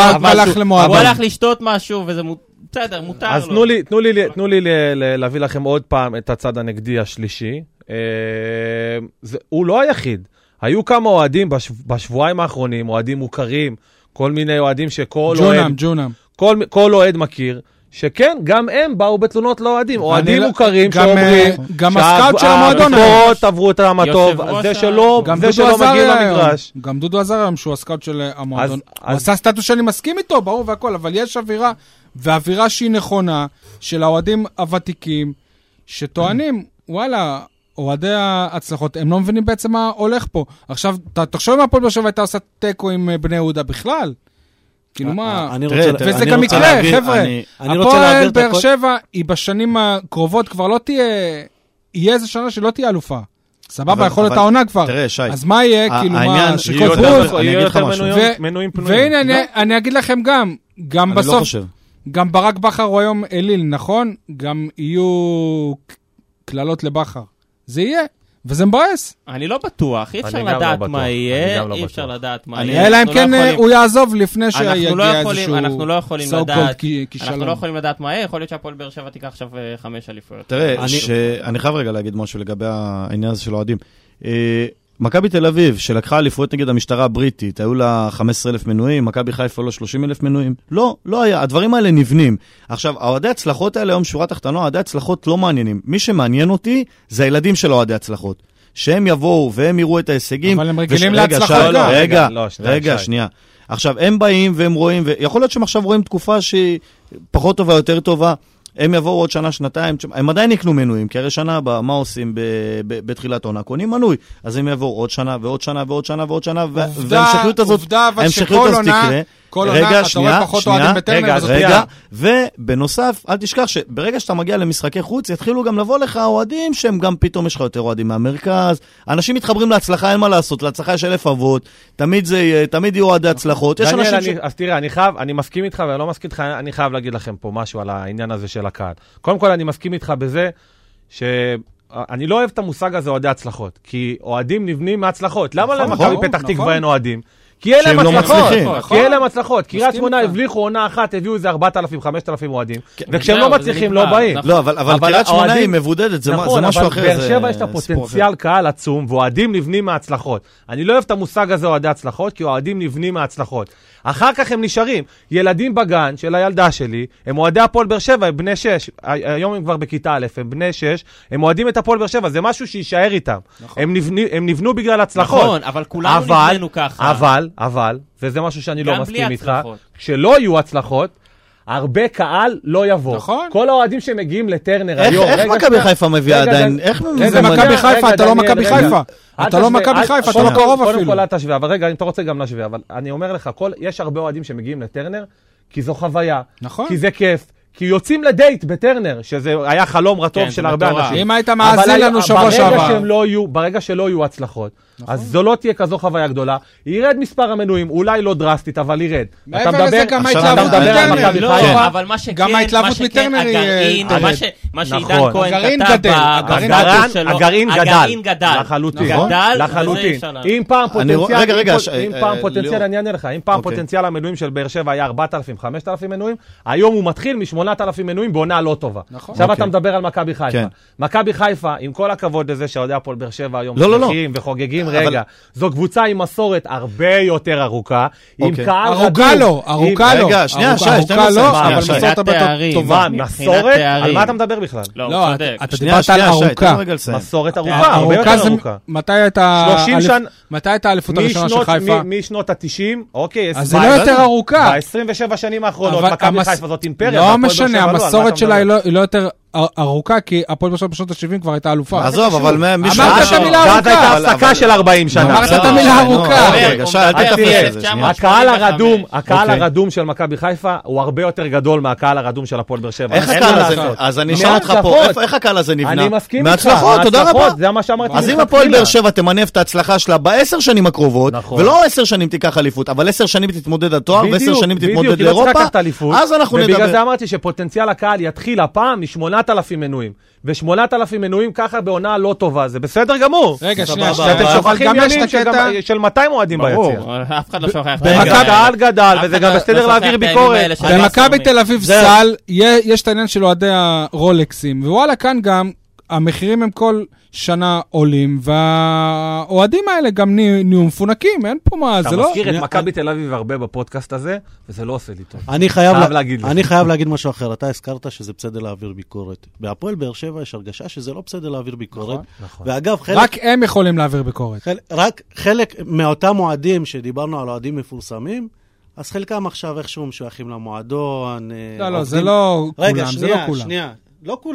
הלך לשתות משהו, וזה בסדר, מותר לו. אז תנו לי להביא לכם עוד פעם את הצד הנגדי השלישי. הוא לא היחיד. היו כמה אוהדים בשבועיים האחרונים, אוהדים מוכרים, כל מיני אוהדים שכל אוהד... ג'ונם, ג'ונם. כל אוהד מכיר, שכן, גם הם באו בתלונות לאוהדים, אוהדים מוכרים שאומרים... גם הסקאוט של המועדון. שהקבוצות עברו את העם הטוב, זה שלא מגיע למגרש. גם דודו עזר היום שהוא הסקאוט של המועדון. הוא עשה סטטוס שאני מסכים איתו, ברור והכל, אבל יש אווירה, ואווירה שהיא נכונה, של האוהדים הוותיקים, שטוענים, וואלה, אוהדי ההצלחות, הם לא מבינים בעצם מה הולך פה. עכשיו, תחשוב אם הפועל באר שבע הייתה עושה טקו עם בני יהודה בכלל. כאילו מה... וזה גם מקרה, חבר'ה. הפועל באר שבע היא בשנים הקרובות כבר לא תהיה... יהיה איזה שנה שלא תהיה אלופה. סבבה, יכול להיות העונה כבר. תראה, שי. אז מה יהיה? כאילו מה... יהיה יותר מנויים פנויים. והנה, אני אגיד לכם גם, גם בסוף... אני לא חושב. גם ברק בכר הוא היום אליל, נכון? גם יהיו כללות לבכר. זה יהיה, וזה מבאס. אני לא בטוח, אי אפשר לדעת מה יהיה, אי אפשר לדעת מה יהיה. אלא אם כן הוא יעזוב לפני שיגיע איזשהו אנחנו לא יכולים לדעת, אנחנו לא יכולים לדעת מה יהיה, יכול להיות שהפועל באר שבע תיקח עכשיו חמש אליפויות. תראה, אני חייב רגע להגיד משהו לגבי העניין הזה של אוהדים. מכבי תל אביב, שלקחה אליפויות נגד המשטרה הבריטית, היו לה חמישה עשר אלף מנויים, מכבי חיפה לא שלושים אלף מנויים. לא, לא היה. הדברים האלה נבנים. עכשיו, אוהדי הצלחות האלה, היום שורה תחתונה, אוהדי הצלחות לא מעניינים. מי שמעניין אותי, זה הילדים של אוהדי הצלחות. שהם יבואו והם יראו את ההישגים. אבל הם רגילים להצלחות גם. רגע, רגע, שנייה. עכשיו, הם באים והם רואים, ויכול להיות שהם עכשיו רואים תקופה שהיא פחות טובה, יותר טובה. הם יבואו עוד שנה, שנתיים, הם עדיין יקנו מנויים, כי הרי שנה הבאה, מה עושים בתחילת עונה? קונים מנוי, אז הם יבואו עוד שנה ועוד שנה ועוד שנה ועוד שנה, וההמשכיות הזאת, ההמשכיות הזאת תקרה. כל עונה, אתה רואה פחות אוהדים בטרנר, וזאת רגע, ובנוסף, אל תשכח שברגע שאתה מגיע למשחקי חוץ, יתחילו גם לבוא לך אוהדים שהם גם פתאום יש לך יותר אוהדים מהמרכז. אנשים מתחברים להצלחה, אין מה לעשות, להצלחה יש אלף אבות, תמיד זה יהיה, תמיד יהיו אוהדי הצלחות. אז תראה, אני חייב, אני מסכים איתך ואני לא מסכים איתך, אני חייב להגיד לכם פה משהו על העניין הזה של הקהל. קודם כל, אני מסכים איתך בזה ש... אני לא אוהב את המושג הזה אוהדי הצלחות, כי אוהדים נבנים מהצלחות. למה למכבי פתח תקווה אין אוהדים? כי אין להם הצלחות, כי אין להם הצלחות, קריית שמונה הבליחו עונה אחת, הביאו איזה ארבעת אלפים, חמשת אלפים אוהדים, וכשהם לא מצליחים לא באים. לא, אבל קריית שמונה היא מבודדת, זה משהו אחר. באר שבע יש את הפוטנציאל קהל עצום, ואוהדים נבנים מההצלחות. אני לא אוהב את המושג הזה אוהדי הצלחות, כי אוהדים נבנים מההצלחות. אחר כך הם נשארים. ילדים בגן של הילדה שלי, הם אוהדי הפועל באר שבע, הם בני שש. היום הם כבר בכיתה א', הם בני שש, הם אוהדים את הפועל באר שבע, זה משהו שישאר איתם. הם נבנו בגלל הצלחות. נכון, אבל כולנו נבננו ככה. אבל, אבל, וזה משהו שאני לא מסכים איתך, כשלא יהיו הצלחות, הרבה קהל לא יבוא. נכון. כל האוהדים שמגיעים לטרנר היום. איך מכבי חיפה מביאה עדיין? איך זה מכבי חיפה? אתה לא מכבי חיפה. אתה לא מכבי חיפה, אתה לא קרוב אפילו. קודם כל אל תשווה, אבל רגע, אם אתה רוצה גם להשווה, אבל אני אומר לך, יש הרבה אוהדים שמגיעים לטרנר, כי זו חוויה, כי זה כיף, כי יוצאים לדייט בטרנר, שזה היה חלום רטוב של הרבה אנשים. אם היית מאזין לנו שבוע שעבר. ברגע שלא יהיו הצלחות, אז זו לא תהיה כזו חוויה גדולה, ירד מספר המנויים, אולי לא דרסטית, אבל ירד. מעבר לזה גם ההתלהבות מטרנר. אבל מה שכן, גם ההתלהבות מטרנר היא... מה שעידן כהן כתב... הגרעין גדל. הגרעין גדל. לחלוטין. גדל, לחלוטין. אם פעם פוטנציאל, אני אענה לך, אם פעם פוטנציאל המנויים של באר שבע היה ארבעת אלפים, חמשת אלפים מנויים, היום הוא מתחיל מ-שמונת אלפים מנויים בעונה לא טובה. עכשיו אתה מדבר על מכבי חיפה. מכבי חיפה, עם כל הכבוד לזה שאוהדי הפועל באר שבע היום שמחים וחוגגים, רגע, זו קבוצה עם מסורת הרבה יותר ארוכה, עם קהל ארוכה לא, ארוכה לא. רגע, שנייה, שנייה, ארוכה לא, אבל מסורת הרבה טובה. מסורת? על מה אתה מדבר בכלל? לא, אתה דיברת על ארוכה. מסורת ארוכה, הרבה יותר ארוכה. מתי הייתה האליפות הראשונה של חיפה? משנות ה-תשעים, אוקיי. אז זה לא יותר ארוכה. ב-עשרים ושבע שנים האחרונות, מכבי חיפה זאת אימפריה. לא משנה, המסורת שלה היא לא יותר ארוכה, כי הפועל באר שבע בשנות ה-שבעים כבר הייתה אלופה. עזוב, אבל מי אמרת את המילה ארוכה. זאת הייתה הפסקה של ארבעים שנה. אמרת את המילה ארוכה. רגע, שי, אל תתפס את זה. הקהל הרדום, הקהל הרדום של מכבי חיפה הוא הרבה יותר גדול מהקהל הרדום של הפועל באר שבע. איך הקהל הזה? אז אני אשאל אותך פה, איך הקהל הזה נבנה? אני מסכים איתך. מהצלחות, תודה רבה. זה מה שאמרתי. אז אם הפועל באר שבע תמנף את ההצלחה שלה בעשר שנים הקרובות, ולא עשר שנים תיקח אליפות, אבל עשר שנים תתמודד על תואר, ועשר שנים תתמודד לאירופה, אז אנחנו נדבר. ובגלל זה אמרתי שפוטנציאל הקהל יתחיל הפעם מ-שמונת אלפים מנויים. ו-שמונת אלפים מנויים ככה בעונה לא טובה, זה בסדר גמור. רגע, שנייה, אתם שוכחים ימים של מאתיים אוהדים ביציע. אף אחד לא שוכח. הקהל גדל, וזה גם בסדר להעביר ביקורת. במכבי תל אביב סל, יש את העניין של אוהדי הרולקסים, ווואלה, כאן גם המחירים הם כל שנה עולים, והאוהדים האלה גם נהיו מפונקים, אין פה מה, זה לא... אתה מזכיר את מכבי תל אביב הרבה בפודקאסט הזה, וזה לא עושה לי טוב. אני חייב להגיד משהו אחר, אתה הזכרת שזה בסדר להעביר ביקורת. בהפועל באר שבע יש הרגשה שזה לא בסדר להעביר ביקורת. ואגב, חלק... רק הם יכולים להעביר ביקורת. רק חלק מאותם אוהדים שדיברנו על אוהדים מפורסמים, אז חלקם עכשיו איכשהו משייכים למועדון. לא, לא, זה לא כולם, זה לא כולם. שנייה, לא כולם.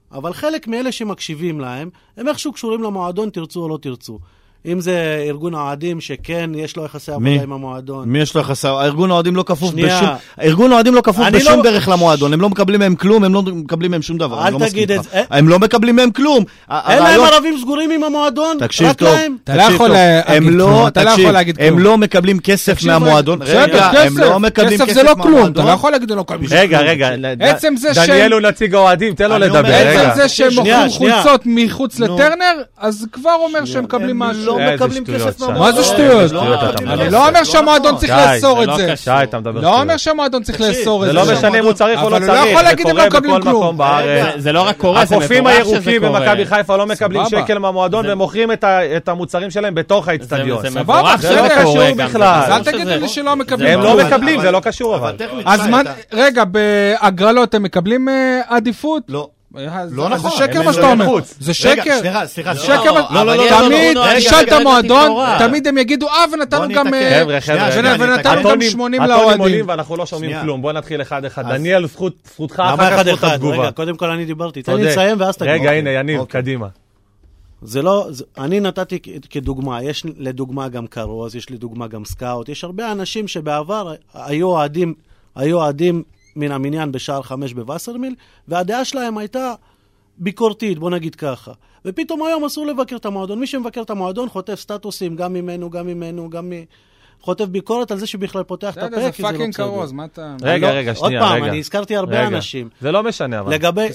אבל חלק מאלה שמקשיבים להם, הם איכשהו קשורים למועדון, תרצו או לא תרצו. אם זה ארגון האוהדים שכן, יש לו יחסי עבודה עם המועדון. מי יש לו יחסי? הארגון האוהדים לא כפוף בשום... הארגון האוהדים לא כפוף בשום דרך למועדון. הם לא מקבלים מהם כלום, הם לא מקבלים מהם שום דבר. אל תגיד את זה. הם לא מקבלים מהם כלום. אין להם ערבים סגורים עם המועדון? תקשיב טוב. אתה לא יכול להגיד כלום. אתה לא יכול להגיד כלום. הם לא מקבלים כסף מהמועדון. רגע, הם לא מקבלים כסף זה לא כלום. אתה לא יכול להגיד לו כלום. רגע, רגע. דניאל הוא נציג האוהדים, תן לו לדבר. עצם זה שהם מוכרים חולצות מחוץ לטרנר, אז כבר אומר שהם מקבלים משהו. מה זה שטויות? אני לא אומר שהמועדון צריך לאסור את זה. שי, אתה מדבר לא אומר שהמועדון צריך לאסור את זה. זה לא משנה אם הוא צריך או לא צריך. אבל הוא לא יכול להגיד אם לא מקבלים כלום. זה לא רק קורה, זה מבורך שזה הקופים קורה. הירוקים במכבי חיפה לא מקבלים שקל מהמועדון והם מוכרים את המוצרים שלהם בתוך האצטדיון. זה מבורך זה לא קשור בכלל. אז אל תגידו לי שלא מקבלים. הם לא מקבלים, זה לא קשור אבל. אז רגע, בהגרלות הם מקבלים עדיפות? לא. לא נכון, זה שקר מה שאתה אומר. זה שקר. סליחה, סליחה. שקר. תמיד, תשאל את המועדון, תמיד הם יגידו, אה, ונתנו גם... חבר'ה, חבר'ה. ונתנו גם שמונים לאוהדים. הטונים עולים ואנחנו לא שומעים כלום. בוא נתחיל אחד אחד. דניאל, זכותך, אחר כך זכות התגובה. רגע, קודם כל אני דיברתי. תן לי לסיים ואז תגיד. רגע, הנה, יניב, קדימה. זה לא, אני נתתי כדוגמה, יש לדוגמה גם קרוז, יש לדוגמה גם סקאוט, יש הרבה אנשים שבעבר היו אוהדים, היו אוהדים מן המניין בשער חמש בווסרמיל, והדעה שלהם הייתה ביקורתית, בוא נגיד ככה. ופתאום היום אסור לבקר את המועדון. מי שמבקר את המועדון חוטף סטטוסים, גם ממנו, גם ממנו, גם מ... חוטף ביקורת על זה שבכלל פותח את הפרק, כי זה לא פאקינג קרוז, מה אתה... רגע, רגע, שנייה, עוד רגע. פעם, אני הזכרתי הרבה אנשים. זה לא משנה, אבל.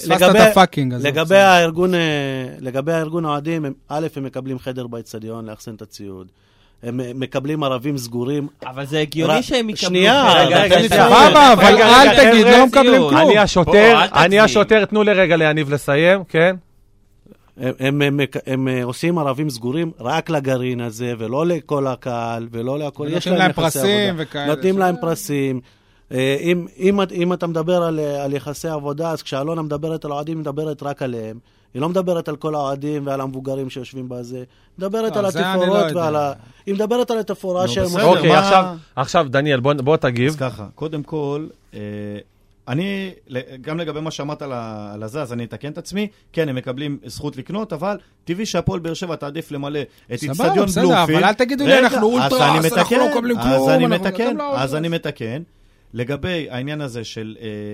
לגבי הארגון, לגבי הארגון האוהדים, א', הם מקבלים חדר באצטדיון לאחסן את הציוד. הם מקבלים ערבים סגורים. אבל זה הגיוני שהם יקבלו. שנייה, רגע, רגע, סבבה, אבל אל תגיד, לא מקבלים כלום. אני השוטר, אני השוטר, תנו לרגע להניב לסיים, כן? הם, הם, הם עושים ערבים סגורים רק לגרעין הזה, ולא לכל הקהל, ולא לכל... נותנים להם פרסים וכאלה. נותנים להם פרסים. אם, אם, אם אתה מדבר על, על יחסי עבודה, אז כשאלונה מדברת על האוהדים, מדברת רק עליהם. היא לא מדברת על כל האוהדים ועל המבוגרים שיושבים בזה. מדברת על התפאורות ועל ה... היא מדברת על התפאורה שהם... אוקיי, עכשיו, דניאל, בוא תגיב. אז ככה, קודם כל... אני, גם לגבי מה שאמרת על הזה, אז אני אתקן את עצמי, כן, הם מקבלים זכות לקנות, אבל טבעי שהפועל באר שבע תעדיף למלא את אצטדיון בלומפילד. בסדר, אבל אל תגידו לי, אנחנו אולטרה, אז אנחנו לא מקבלים כלום. אז אני מתקן, אז אני מתקן. לגבי העניין הזה של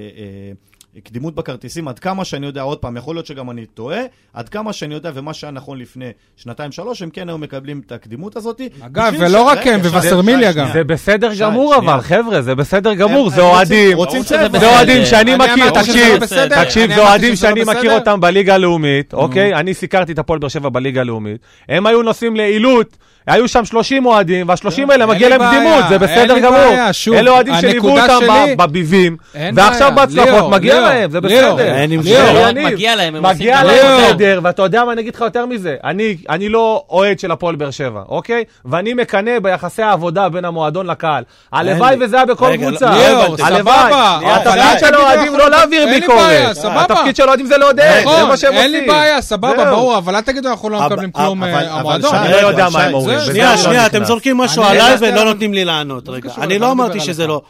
קדימות בכרטיסים, עד כמה שאני יודע, עוד פעם, יכול להיות שגם אני טועה, עד כמה שאני יודע, ומה שהיה נכון לפני שנתיים שלוש, הם כן היו מקבלים את הקדימות הזאת. אגב, ולא רק הם, ובסרמיליה גם. זה בסדר גמור אבל, חבר'ה, זה בסדר גמור, זה אוהדים. זה אוהדים שאני מכיר, תקשיב, זה אוהדים שאני מכיר אותם בליגה הלאומית, אוקיי? אני סיקרתי את הפועל באר שבע בליגה הלאומית. הם היו נוסעים לעילות, היו שם שלושים אוהדים, והשלושים האלה מגיע להם קדימות, זה בסדר גמור. אלה אוהדים שליוו אותם בביבים, ועכשיו בהצלחות מגיע להם, זה בסדר. מגיע להם, הם עושים מגיע להם בסדר, ואתה יודע מה, אני אגיד לך יותר מזה, אני לא אוהד של הפועל באר שבע, אוקיי? ואני מקנה ביחסי העבודה בין המועדון לקהל. הלוואי וזה היה בכל קבוצה. הלוואי. התפקיד של האוהדים לא להעביר ביקורת. התפקיד של האוהדים זה לעודד, זה מה שהם עושים. אין לי בעיה, סבבה, ברור, אבל אל תגידו, אנחנו לא מקבלים כלום המועדון. אני לא יודע מה הם אומרים. שנייה, שנייה, אתם זורקים משהו עליי ולא נותנים לי לענות. רגע, אני לא אמרתי שזה לא...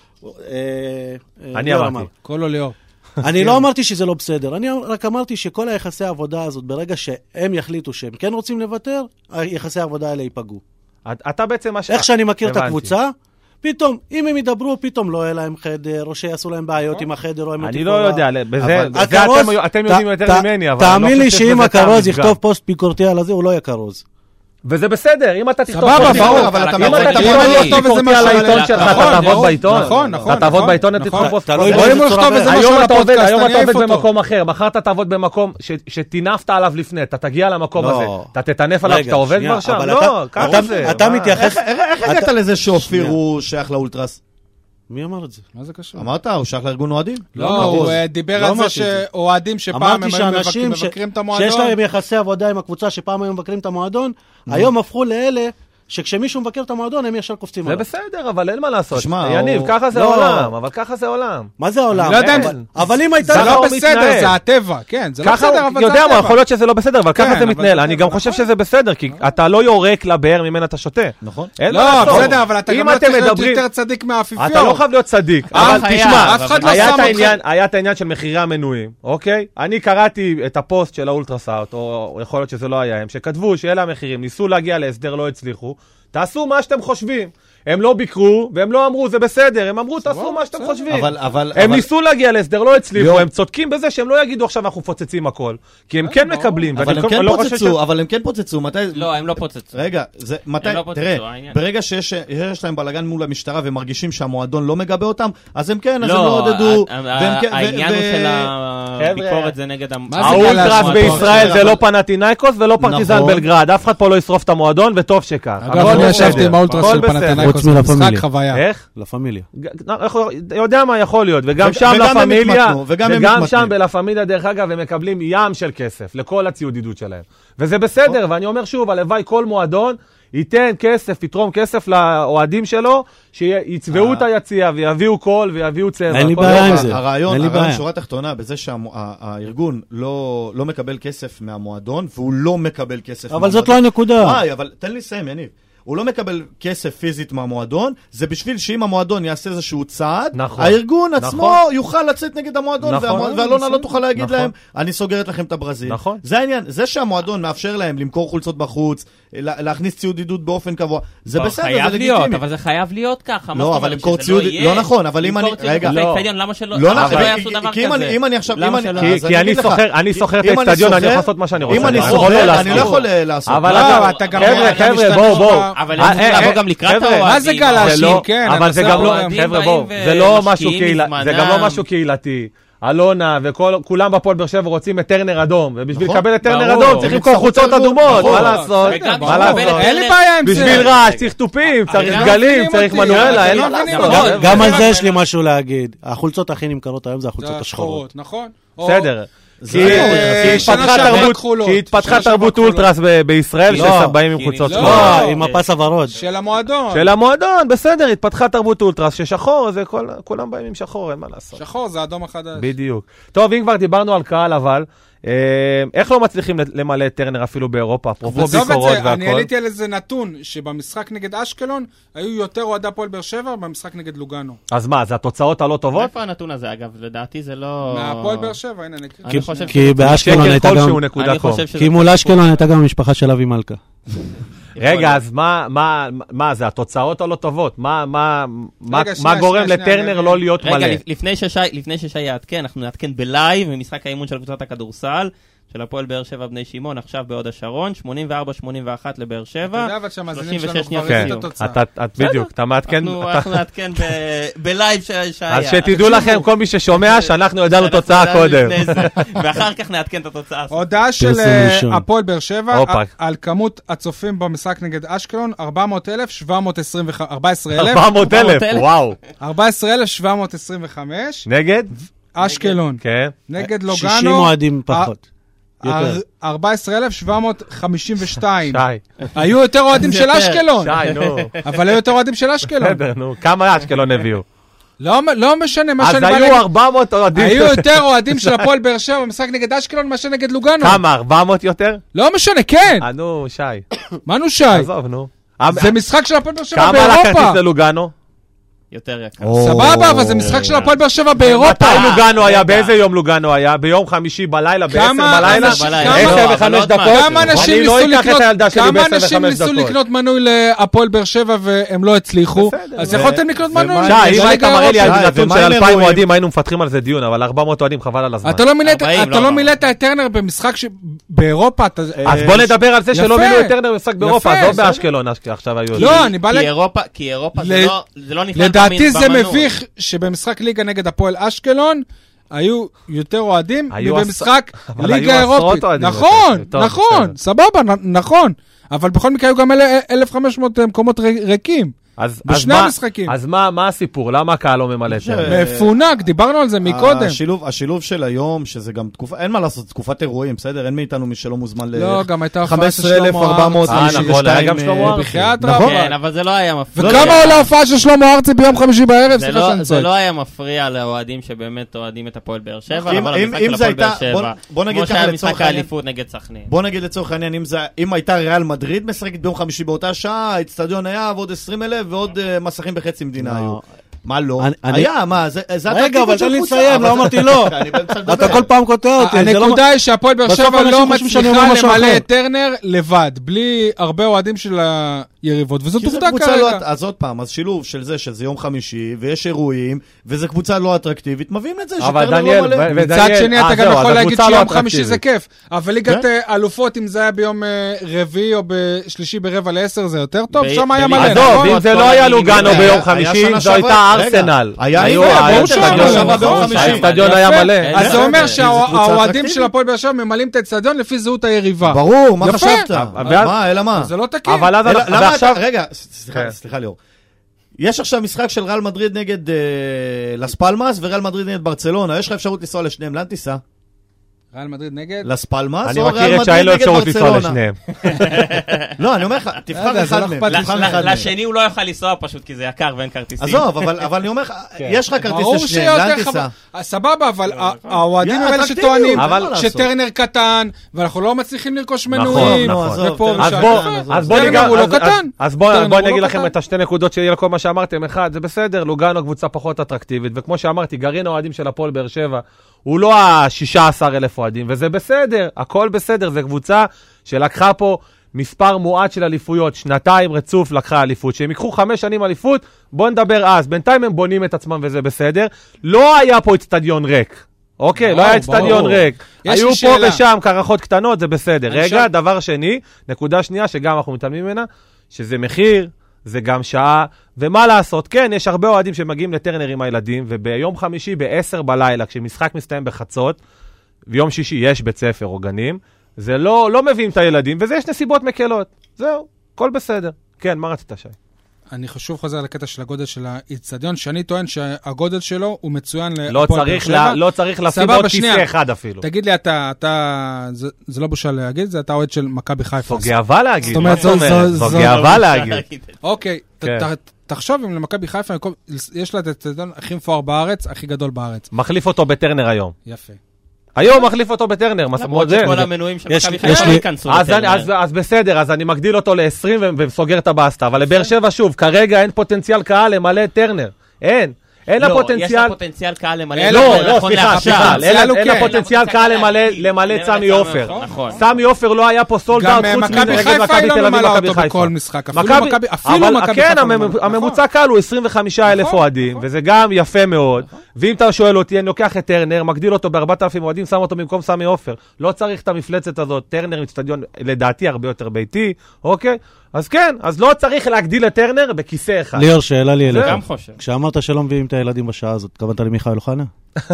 אני אמרתי. קולו ליאור. אני לא אמרתי שזה לא בסדר, אני רק אמרתי שכל היחסי העבודה הזאת, ברגע שהם יחליטו שהם כן רוצים לוותר, היחסי העבודה האלה ייפגעו. אתה בעצם... איך שאני מכיר את הקבוצה, פתאום, אם הם ידברו, פתאום לא יהיה להם חדר, או שיעשו להם בעיות עם החדר, או עם אני לא יודע, בזה אתם יודעים יותר ממני, אבל... תאמין לי שאם הקרוז יכתוב פוסט ביקורתי על הזה, הוא לא יהיה קרוז. וזה בסדר, אם אתה תכתוב סבבה, ברור, אבל אתה אם אתה תכתוב על העיתון שלך, אתה תעבוד בעיתון? נכון, נכון. אתה תעבוד בעיתון, אתה תכתוב פוסט. היום אתה עובד במקום אחר, מחר אתה תעבוד במקום שתינפת עליו לפני, אתה תגיע למקום הזה, אתה תטנף עליו שאתה עובד כבר שם? לא, ככה זה. אתה מתייחס... איך הגעת לזה שאופיר הוא שייך לאולטרס? מי אמר את זה? מה זה קשור? אמרת, הוא שייך לארגון אוהדים? לא, הוא דיבר על זה שאוהדים שפעם הם מבקרים את המועדון. שיש להם יחסי עבודה עם הקבוצה שפעם הם מבקרים את המועדון, היום הפכו לאלה שכשמישהו מבקר את המועדון, הם ישר קופצים זה עליו. בסדר, אבל אין מה לעשות. תשמע, יניב, הוא- ככה זה לא. עולם, אבל ככה זה עולם. מה זה העולם? לא יודע אם- אבל- אבל אם הייתה... זה ככה לא הוא בסדר, מתנהל. זה הטבע, כן, זה לא ככה, בסדר, אבל זה יודע מה, הטבע. יכול להיות שזה לא בסדר, אבל כן, ככה זה אבל מתנהל. זה אני טבע, גם חושב נכון. שזה בסדר, כי אתה לא יורק לבאר ממנה אתה שותה. נכון. אין מה לא, לעשות. בסדר, אבל אתה אם גם לא אתם צריך להיות מדברים- יותר צדיק מהאפיפיור. אתה לא חייב להיות צדיק, אף אבל חייב, תשמע, אף אחד לא היה שם את אותך. העניין- היה את העניין של מחירי המנויים, אוקיי? אני קראתי את הפוסט של האולטרסאוט, או יכול להיות שזה לא היה הם, שכתבו שאלה המחירים, ניסו להגיע להסדר, לא הצליחו, תעשו מה שאתם חושבים. הם לא ביקרו, והם לא אמרו, זה בסדר, הם אמרו, תעשו מה שאתם חושבים. אבל, אבל, הם אבל, ניסו להגיע להסדר, לא הצליחו, ליאור. הם צודקים בזה שהם לא יגידו עכשיו אנחנו מפוצצים הכל, כי הם כן מקבלים. אבל ואני הם כל- כן לא חושב ש- פוצצו, אבל הם כן פוצצו, מתי... לא, הם לא פוצצו. רגע, זה, מתי, הם לא פוצצו, תראה, העניין. ברגע שיש יש להם בלגן מול המשטרה ומרגישים שהמועדון לא מגבה אותם, אז הם כן, אז הם לא, לא עודדו. ה- והם כן- ו- העניין ו- הוא של חבר'ה, הביקורת זה נגד המ... זה האולטרס להשוות? בישראל אבל- זה לא פנטינאיקוס ולא פרטיזן נכון. בלגרד, אף אחד פה לא ישרוף את המועדון, וטוב שכך. אגב, הכל אני בסדר. ישבתי עם האולטרס הכל של בסדר. פנתנייקוס חוץ מלה במשחק פמיליה. חוויה. איך? לה פמיליה. יודע מה יכול להיות, וגם וג- שם וגם הם לפמיליה, התמתנו, וגם הם וגם מתמתנים. שם בלה פמיליה, דרך אגב, הם מקבלים ים של כסף לכל הציוד עידוד שלהם. וזה בסדר, ואני אומר שוב, הלוואי כל מועדון ייתן כסף, יתרום כסף לאוהדים שלו, שיצבעו את היציאה ויביאו קול ויביאו צבע. אין לי הכל בעיה טוב. עם זה. הרעיון, אין לי הרעיון בעיה. שורה תחתונה, בזה שהארגון לא לא מקבל כסף מהמועדון, והוא לא מקבל כסף אבל זאת לא מהמועדון. הנקודה. וואי, אבל תן לי לסיים, יניב. הוא לא מקבל כסף פיזית מהמועדון, זה בשביל שאם המועדון יעשה איזשהו צעד, נכון. הארגון עצמו נכון. יוכל לצאת נגד המועדון, נכון. והמוע- ואלונה לא תוכל להגיד נכון. להם, אני סוגרת לכם את הברזיל. נכון. זה העניין, זה שהמועדון מאפשר להם למכור חולצות בחוץ, לה- להכניס ציוד עידוד באופן קבוע, זה בסדר, זה חייב לגיטימי. להיות, אבל זה חייב להיות ככה. מה לא, זאת אבל אומרת, למכור שזה ציוד, יהיה? לא נכון, אבל אם אני, למכור ציוד רגע, בחוץ לא. לאצטדיון, למה שלא לא למה נכון, שלא כי- יעשו כי- דבר כי אם אני- כזה? אם אני עכשיו, למה אם אני- שלא? כי- אז כי אני אגיד לך, סוחר, אני סוחר את אם אני האצטדיון, אני סוחר- יכול לעשות מה שאני רוצה. אם אני יכול לא סוחר, לעשות. אני לא יכול אה, לעשות. אבל לא, אגב, אתה גם- חבר'ה, אתה חבר'ה, משתמש בואו, בואו. ב- אבל אה, הם צריכים אה, לבוא גם לקראת חבר'ה, האוהדים. מה זה גל זה להאשים? לא- כן, אבל הנושא זה גם לא, האוהדים חבר'ה באים בואו, זה לא משהו ומשקיעים קהילתי, מזמנם. זה גם לא משהו קהילתי. אלונה וכולם בפועל באר שבע רוצים את טרנר אדום, ובשביל נכון, לקבל את טרנר ברור. אדום צריך הם למכור יצטרכו חולצות תרגום. אדומות, נכון. מה לעשות? וגם מה בשביל לעשות? לקבל את אין לי טרנר- בעיה עם זה. בשביל רעש צריך תופים, צריך לא דגלים, מבינים צריך אותי, מנואלה, אתם אין לא מה מבינים לעשות. אותי. גם- גם על רק- זה יש לי משהו להגיד. החולצות הכי נמכרות היום זה החולצות השחורות. נכון. או- בסדר. זה כי אה, כי שנה התפתחה שעברה תרבות- כחולות. כי התפתחה שנה שעברה תרבות כחולות. אולטרס ב- בישראל לא. שבאים עם כי חולצות לא. שחורות. לא, עם הפס הוורוד. של המועדון. של המועדון, בסדר, התפתחה תרבות אולטרס, ששחור, זה כל- כולם באים עם שחור, אין מה לעשות. שחור זה אדום החדש. בדיוק. טוב, אם כבר דיברנו על קהל, אבל, אה, איך לא מצליחים למלא את טרנר אפילו באירופה, אפרופו עזוב את ביקורות זה, אני והכל? העליתי על איזה נתון, שבמשחק נגד אשקלון, היו יותר אוהדי הפועל באר שבע במשחק נגד לוגאנו. אז מה, זה התוצאות הלא טובות? איפה הנתון הזה, אגב? לדעתי זה לא... מהפועל באר שבע, הנה נקרא. אני חושב כי שזה- באשקלון שקר הייתה גם... כלשהו נקודה אני קום. חושב שזה... כי מול אשקלון הייתה גם המשפחה של אבי מלכה. רגע, אז מה, מה, מה, זה התוצאות הלא טובות? מה, מה, מה, רגע, מה שנייה, גורם שנייה, לטרנר שנייה, לא להיות מלא? רגע, לפ- לפני ששי, לפני ששי יעדכן, אנחנו נעדכן בלייב במשחק האימון של קבוצת הכדורסל, של הפועל באר שבע בני שמעון, עכשיו בהוד השרון, שמונים וארבע שמונים ואחת לבאר אתה שבע. יודע אבל שהמאזינים שלושים ושש שלנו כבר שניות ראיתי את לסיום. התוצאה. אתה, את, בדיוק, אתה מעדכן, אנחנו אתה- אנחנו נעדכן ב- בלייב של שי. אז שתדעו לכם, כל מי ששומע, שאנחנו ידענו שאנחנו תוצאה ידענו קודם. לפני זה, ואחר כך נעדכן את התוצאה. הודעה של פרסום אה, ראשון. הפועל באר שבע, הופה. על- על כמות הצופים במשחק נגד אשקלון, ארבע מאות אלף שבע מאות עשרים וחמש, ארבע עשרה אלף, ארבע מאות אלף, ארבע מאות אלף. וואו. ארבע עשרה אלף שבע מאות עשרים וחמש, נגד? אשקלון, כן. נגד שישים לוגאנו, אוהדים פחות. יותר. אר- ארבע עשרה אלף שבע מאות חמישים ושתיים. שי, היו יותר אוהדים של יותר. אשקלון, שי, נו. אבל היו יותר אוהדים של אשקלון. בסדר, נו. כמה אשקלון הביאו? לא לא משנה, מה אז שאני בא היו להגיד, ארבע מאות אוהדים. היו יותר אוהדים של הפועל באר שבע במשחק נגד אשקלון מאשר נגד לוגאנו. כמה? ארבע מאות יותר? לא משנה, כן. אה, נו, שי. מה נו שי? עזוב, נו. זה משחק של הפועל באר שבע כמה עלה באירופה. כרטיס ללוגאנו? יותר יקר. סבבה, אבל זה משחק של הפועל באר שבע באירופה. מתי לוגאנו היה? רגע. באיזה יום לוגאנו היה? ביום חמישי בלילה, בעשר כמה בלילה? אנשים- בלילה. כמה- לא, עשר אבל וחמש עוד דקות? משהו. כמה אנשים אני לא ניסו אקח את לקנות, הילדה שלי כמה בעשר אנשים וחמש ניסו דקות. לקנות מנוי להפועל באר שבע והם לא הצליחו, בסדר. אז ו- יכולתם לקנות ומה- מנוי. שי, אם בליגה היית מראה לי האירופית. על נתון ומה של עם אלפיים אירועים? אוהדים, היינו מפתחים על זה דיון, אבל ארבע מאות אוהדים חבל על הזמן. אתה לא מילאת- ארבעים, אתה לא לא ארבעים. מילאת את טרנר במשחק שבאירופה, אתה... אז בוא נדבר על זה שלא יפה. מילאו את טרנר במשחק באירופה, יפה, לא בסדר. באשקלון עכשיו היו. לא, אני בא כי ל... אירופה, כי אירופה זה ל- לא- זה לא נכלל לדעתי במין- זה במנוי. מביך שבמשחק ליגה נגד הפועל אשקלון היו יותר אוהדים היו מבמשחק עש- אבל ליגה היו אירופית. עשרות אוהדים נכון, יותר. טוב, נכון, בסדר. סבבה, נ- נכון. אבל בכל מקרה היו גם אל- אלף וחמש מאות מקומות ר- ריקים. אז, בשני אז המשחקים. מה, אז מה, מה הסיפור? למה הקהל לא ממלא טרנר? מפונק, דיברנו על זה מקודם. השילוב, השילוב של היום, שזה גם תקופה, אין מה לעשות, תקופת אירועים, בסדר? אין מאיתנו מי שלא מוזמן ל... לא, גם הייתה חמישה עשר אלף ארבע מאות חמישים ושתיים. אה, נכון, היה גם שלמה ארצי. בחייאת נכון. רבה. כן, אבל זה לא היה מפריע. וכמה עולה ההופעה של שלמה ארצי ביום חמישי בערב? זה סליחה לא- שאני זה צועק. לא היה מפריע לאוהדים שבאמת אוהדים את הפועל באר שבע, אם- אבל אם- המשחק אם של זה הפועל באר הייתה- בוא- שבע, בוא נגיד כמו ככה שהיה לצורך משחק העניין. האליפות נגד סכנין. בוא נגיד לצורך העניין, אם, זה, אם הייתה ריאל מדריד משחקת ביום חמישי באותה שעה, האצטדיון היה ועוד עשרים אלף ועוד uh, מסכים בחצי מדינה היו. מה לא? אני- אני- היה, מה, זה, זה רגע, אבל של תן לי קבוצה, לסיים, אבל לא זה- אמרתי לא. אני באמצע לדבר. אתה כל פעם קוטע אותי. זה לא- הנקודה היא שהפועל באר בסוף שבע אנשים לא חושבים שאני מצליחה אומר משהו למלא אחר. את טרנר לבד, בלי הרבה אוהדים של היריבות, וזאת כי זו עובדה קבוצה כרגע. לא, אז עוד פעם, אז שילוב של זה שזה יום חמישי, ויש אירועים, וזו קבוצה לא אטרקטיבית, מביאים את זה, אבל שטרנר דניאל, לא מלא. ו- מצד ודניאל- שני, אה, אתה גם זהו, יכול אז להגיד הקבוצה לא שיום חמישי זה אטרקטיבית. כיף, אבל ליגת כן. אה, אלופות, אם זה היה ביום אה, רביעי או בשלישי ברבע לעשר, זה יותר טוב, ב- שם היה בליגה- מלא. עזוב, נכון? אם זה כל לא היה הליגה- לוגאנו היה- ביום היה חמישי, שנה זו הייתה שעברה- רגע, ארסנל. היה היו- יפה, היה ברור שהיה אצטדיון. שנה שעברה ביום חמישי. האצטדיון יפה. היה מלא. אז זה כן, אומר כן, זו קבוצה שהאוהדים אטרקטיבית. של הפועל באר שבע ממלאים את האצטדיון לפי זהות היריבה. ברור, מה יפה. חשבת? אבל- מה, אלא מה? זה לא תקין. אבל אז אלא- אנחנו- למה ועכשיו... אתה, רגע, סליחה, כן. סליחה ליאור. יש עכשיו משחק של ריאל מדריד נגד אה, לס פלמאס וריאל מדריד נגד ברצלונה, יש לך אפשרות לנסוע לשניהם, לאן תיסע? ריאל מדריד נגד? לס פלמאס אני או ריאל מכיר את מדריד שאין לו נגד אפשרות לנסוע ברצלונה? לשניהם. לא, אני אומר לך, לא תבחר יודע, זה אחד לא מהם. אכפת לי. תבחר ל- אחד ל- מהם. לשני הוא לא יוכל לנסוע פשוט כי זה יקר ואין כרטיסים. עזוב, אבל אבל אני אומר לך, יש לך כרטיס ברור לשניהם, לאן שיותר תיסע? חבל. סבבה, אבל ה- האוהדים יאללה, הם אלה אטרקטיביות, שטוענים אין מה לעשות. שטרנר קטן, ואנחנו לא מצליחים לרכוש נכון, מנויים. נכון. עזוב, ופה טרנר אז ושם. בוא, יפה. אז בוא טרנר ניגע, הוא לא אז- אז- קטן. אז בוא טרנר בוא הוא אני לא אגיד לכם קטן. את השתי נקודות שיהיה לכל מה שאמרתם. אחד, זה בסדר, לוגאנו קבוצה פחות אטרקטיבית, וכמו שאמרתי, גרעין האוהדים של הפועל באר שבע, הוא לא ה-שישה עשר אלף אוהדים, וזה בסדר, הכל בסדר, זה קבוצה שלקחה פה מספר מועט של אליפויות, שנתיים רצוף לקחה אליפות, שהם ייקחו חמש שנים אליפות, בוא נדבר אז, בינתיים הם בונים את עצמם וזה בסדר, לא היה פה אצטדיון ריק. אוקיי, לא ברור, היה אצטדיון ברור. ריק. יש היו לי פה שאלה. ושם קרחות קטנות, זה בסדר. אני רגע, שואל- דבר שני, נקודה שנייה, שגם אנחנו מתעלמים ממנה, שזה מחיר, זה גם שעה, ומה לעשות? כן, יש הרבה אוהדים שמגיעים לטרנר עם הילדים, וביום חמישי ב-עשר בלילה, כשמשחק מסתיים בחצות, ויום שישי יש בית ספר או גנים, זה לא, לא מביאים את הילדים, וזה יש נסיבות מקלות. זהו, הכל בסדר. כן, מה רצית, שי? אני חשוב חוזר לקטע של הגודל של האיצטדיון, שאני טוען שהגודל שלו הוא מצוין לא להפועל באר צריך, שבע. לה, לא צריך לשים סבבה, עוד שנייה. כיסא אחד אפילו. תגיד לי, אתה, אתה, זה, זה לא בושה להגיד, זה אתה אוהד של מכבי חיפה. זו גאווה להגיד. זאת אומרת, מה זאת זו- אומרת? זו- זו זו- גאווה להגיד. אוקיי, ת- כן. ת- תחשוב אם למכבי חיפה, יש לה את האיצטדיון הכי מפואר בארץ, הכי גדול בארץ. מחליף אותו בטרנר היום. יפה. היום מחליף אותו בטרנר. מס- למרות זה- שכל זה- המנויים של יש- מכבי יש חיפה לי- לא ייכנסו אז, אני, לטרנר. אז, אז בסדר, אז אני מגדיל אותו ל-עשרים ו- וסוגר את הבאסטה, אבל לבאר שבע שוב, כרגע אין פוטנציאל קהל למלא את טרנר. אין. אין לה לא, יש פוטנציאל... לה פוטנציאל קהל למלא. אין לא, לה- לא, נכון סליחה, לעכשיו. סליחה, אין לה- הוא אין לה כן. פוטנציאל קהל למלא למלא את סמי עופר. נכון. סמי עופר לא היה פה סולד גם אאוט אה, חוץ מכבי מנגד חיפה מכבי היא תל לא אביב ממלאה ומכבי אותו חיפה. בכל משחק. אפילו מכבי- מכבי אפילו אבל מכבי כן, חיפה לא הממ- ממלאה. הממוצע קהל הוא עשרים וחמישה אלף נכון, אוהדים, נכון. וזה גם יפה מאוד. ואם אתה שואל אותי, אני לוקח את טרנר, מגדיל אותו ב-ארבעת אלפים אוהדים, שם אותו במקום סמי עופר. לא צריך את המפלצת הזאת, טרנר עם אצטדיון, לדעתי, הרבה יותר ביתי, אוקיי? אז כן, אז לא צריך להגדיל את טרנר בכיסא אחד. ליאור, שאלה לי אליך. גם חושב. כשאמרת שלא מביאים את הילדים בשעה הזאת, התכוונת למיכאל אוחנה?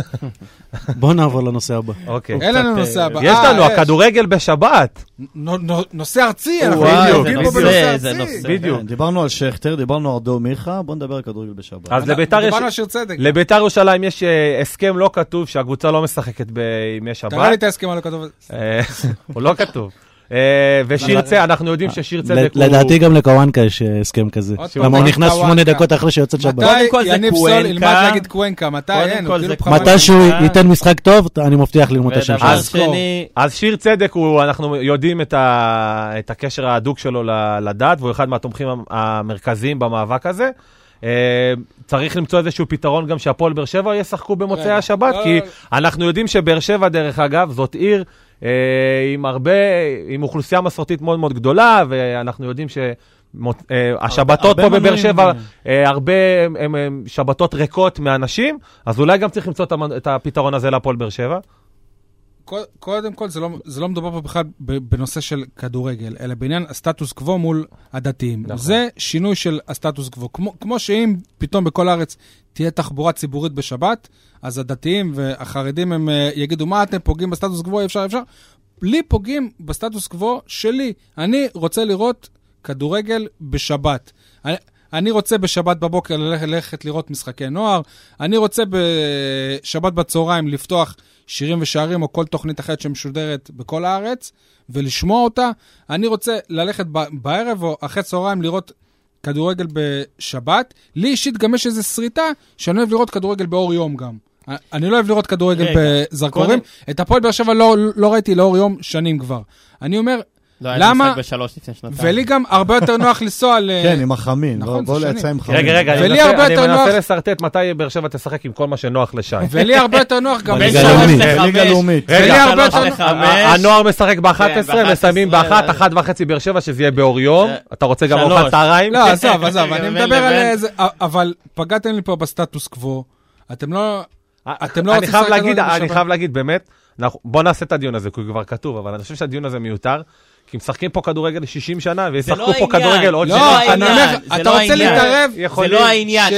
בוא נעבור לנושא הבא. אוקיי. אין לנו נושא הבא. יש אה, לנו, הכדורגל בשבת. נו- נו- נושא ארצי, אנחנו וואי, יודעים זה פה נושא, בנושא זה ארצי. נושא. בדיוק. כן, דיברנו על שכטר, דיברנו על דור מיכה, בוא נדבר על כדורגל בשבת. אז לביתר יש... דיברנו על שיר צדק. לביתר ירושלים יש אה, הסכם לא כתוב שהקבוצה לא משחקת בימי שבת. תראה לי את ההסכם על הכתוב. אה, הוא לא כתוב. אה, ושיר צדק, אנחנו יודעים ששיר צדק הוא... לדעתי גם לקוואנקה יש אה, הסכם כזה. עוד למה הוא פעם, נכנס קוואנקה. שמונה דקות אחרי שיוצאת שבת. מתי קודם כל זה יניב סול קוונקה. ילמד להגיד קוונקה? מתי? קודם אין, כל הוא זה כאילו קוונקה. בכוונה. מתי שהוא ייתן משחק טוב, אני מבטיח ללמוד את השם ודבר שלו. אז- שני, אז שיר צדק הוא, אנחנו יודעים את, ה, את הקשר ההדוק שלו ל- לדת, והוא אחד מהתומכים המרכזיים במאבק הזה. אה, צריך למצוא איזשהו פתרון גם שהפועל באר שבע ישחקו במוצאי רגע, השבת, לא, כי לא, אנחנו יודעים שבאר שבע, דרך אגב, זאת עיר אה, עם הרבה, עם אוכלוסייה מסורתית מאוד מאוד גדולה, ואנחנו יודעים ש... מות- אה, השבתות הרבה פה בבאר מנויים, שבע, אה. אה, הרבה הם- הם- הם שבתות ריקות מאנשים, אז אולי גם צריך למצוא את המ- את הפתרון הזה להפועל באר שבע. קוד- קודם כל, זה לא, זה לא מדובר פה בכלל ב- בנושא של כדורגל, אלא בעניין הסטטוס קוו מול הדתיים. נכון. זה שינוי של הסטטוס קוו. כמו, כמו שאם פתאום בכל הארץ תהיה תחבורה ציבורית בשבת, אז הדתיים והחרדים הם אה, יגידו, מה אתם פוגעים בסטטוס קוו, אפשר, אפשר. לי פוגעים בסטטוס קוו שלי. אני רוצה לראות כדורגל בשבת. אני, אני רוצה בשבת בבוקר ללכת לראות משחקי נוער, אני רוצה בשבת בצהריים לפתוח שירים ושערים או כל תוכנית אחרת שמשודרת בכל הארץ, ולשמוע אותה. אני רוצה ללכת בערב או אחרי צהריים לראות כדורגל בשבת. לי אישית גם יש איזו שריטה שאני אוהב לראות כדורגל באור יום גם. אני לא אוהב לראות כדורגל בזרקורים. את הפועל באר שבע לא, לא ראיתי לאור יום שנים כבר. אני אומר, לא, למה? בשלוש לפני שנתיים. ולי גם הרבה יותר נוח לנסוע ל... כן, עם החמין. נכון, בוא להצא עם חמין. רגע, רגע, אני ולי הרבה מנסה יותר נוח... לסרטט מתי באר שבע תשחק עם כל מה שנוח לשי. ולי הרבה יותר נוח גם... ליגה לאומית. ולי הרבה יותר נוח... הנוער משחק ב-אחת עשרה, מסיימים ב-אחת, אחת וחצי באר שבע, שזה יהיה באור יום. אתה רוצה גם ארוחת צהריים? לא, עזוב, עזוב, אני מדבר על איזה... אבל פגעתם לי פה בסטטוס קוו. אתם לא... אתם לא רוצים לשחק כדורגל בשבת. אני חייב להגיד, באמת, בוא נעשה את הדיון הזה, כי הוא כבר כתוב, אבל אני חושב שהדיון הזה מיותר. כי משחקים פה כדורגל שישים שנה, וישחקו פה כדורגל עוד שישים שנה. לא, אני אומר, אתה רוצה להתערב? זה לא העניין,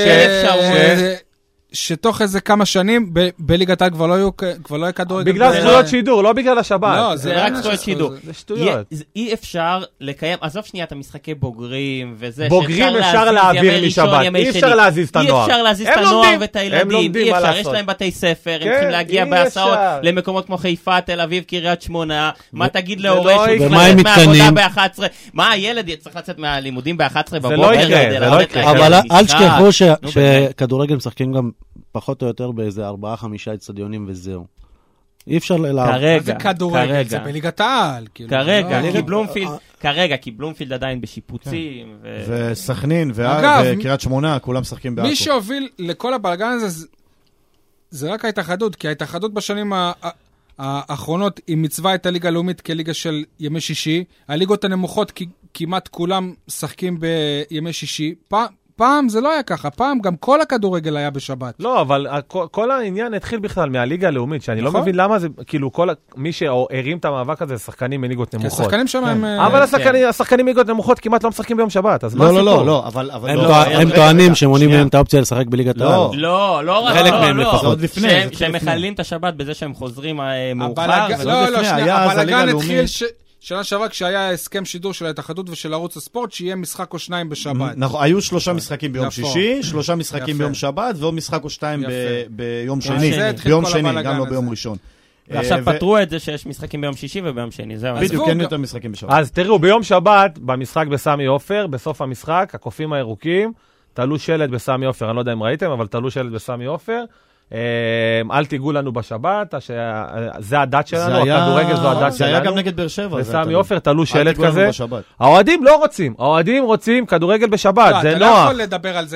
שתוך איזה כמה שנים, בליגת העל כבר לא יהיה כדורגל. בגלל זכויות שידור, לא בגלל השבת. לא, זה רק זכויות שידור. זה שטויות. אי אפשר לקיים, עזוב שנייה את המשחקי בוגרים, וזה בוגרים אפשר להעביר משבת, אי אפשר להזיז את הנוער. אי אפשר להזיז את הנוער ואת הילדים, אי אפשר, יש להם בתי ספר, הם צריכים להגיע בהסעות למקומות כמו חיפה, תל אביב, קריית שמונה. מה תגיד להורה שהוא צריך לצאת מהעבודה ב-אחת עשרה? מה, הילד צריך לצאת מהלימודים ב-אחת עשרה בבוקר? אבל אל תשכחו שכדורגל משחקים גם פחות או יותר באיזה ארבעה, חמישה אצטדיונים וזהו. אי אפשר ללעב. כרגע, זה כדורגל, זה בליגת העל. כרגע, כי בלומפילד, כרגע, כי בלומפילד עדיין בשיפוצים. וסכנין וקריית שמונה, כולם משחקים בעכו. מי שהוביל לכל הבלגן הזה, זה רק ההתאחדות, כי ההתאחדות בשנים האחרונות היא מצווה את הליגה הלאומית כליגה של ימי שישי. הליגות הנמוכות כמעט כולם משחקים בימי שישי. פעם, פעם זה לא היה ככה, פעם גם כל הכדורגל היה בשבת. לא, אבל כל העניין התחיל בכלל מהליגה הלאומית, שאני לא מבין למה זה, כאילו, מי שהרים את המאבק הזה, זה שחקנים מליגות נמוכות. כי השחקנים שם הם... אבל השחקנים מליגות נמוכות כמעט לא משחקים ביום שבת, אז מה הסיפור? לא, לא, לא, אבל... הם טוענים שמונים מהם את האופציה לשחק בליגת העל. לא, לא רק... חלק מהם לפחות. שהם מחללים את השבת בזה שהם חוזרים מאוחר. לא, לא, שנייה, הבלגן התחיל שנה שעברה כשהיה הסכם שידור של ההתאחדות ושל ערוץ הספורט, שיהיה משחק או שניים בשבת. נכון, היו שלושה משחקים ביום שישי, שלושה משחקים ביום שבת, ועוד משחק או שתיים ביום שני. ביום שני, גם לא ביום ראשון. ועכשיו פתרו את זה שיש משחקים ביום שישי וביום שני, זהו. בדיוק, אין יותר משחקים בשבת. אז תראו, ביום שבת, במשחק בסמי עופר, בסוף המשחק, הקופים הירוקים, תלו שלט בסמי עופר, אני לא יודע אם ראיתם, אבל תלו שלט בסמי עופר. אל תיגעו לנו בשבת, זה הדת שלנו, הכדורגל זו הדת שלנו. זה היה גם נגד באר שבע. וסמי עופר תלו שלט כזה. האוהדים לא רוצים, האוהדים רוצים כדורגל בשבת, זה נוח. אתה לא יכול לדבר על זה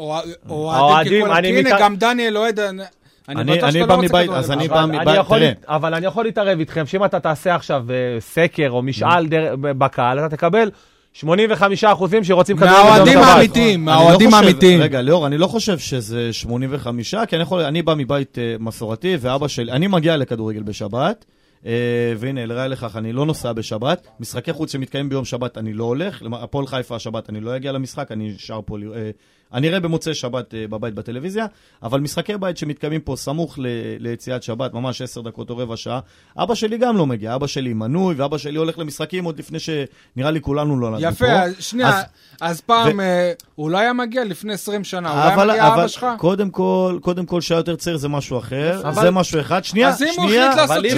כאוהדים, הנה גם דניאל אוהד, אני בא מבית, אז אני בא מבית, תראה. אבל אני יכול להתערב איתכם, שאם אתה תעשה עכשיו סקר או משאל בקהל, אתה תקבל שמונים וחמישה אחוזים שרוצים כדורגל בשבת. מהאוהדים האמיתיים, מהאוהדים האמיתיים. רגע, ליאור, אני לא חושב שזה שמונים וחמישה, כי אני בא מבית מסורתי, ואבא שלי, אני מגיע לכדורגל בשבת, והנה, לראה לכך, אני לא נוסע בשבת, משחקי חוץ שמתקיים ביום שבת, אני לא הולך, הפועל חיפה השבת, אני לא אגיע למשחק, אני שר פה, אני אראה במוצאי שבת בבית בטלוויזיה, אבל משחקי בית שמתקיימים פה סמוך ליציאת שבת, ממש עשר דקות או רבע שעה, אבא שלי גם לא מגיע, אבא שלי מנוי, ואבא שלי הולך למשחקים עוד לפני שנראה לי כולנו לא נדעו פה. יפה, שנייה, אז פעם הוא לא היה מגיע לפני עשרים שנה, הוא לא היה מגיע אבא שלך? קודם כל, קודם כל שהיה יותר צעיר זה משהו אחר, זה משהו אחד, שנייה, שנייה,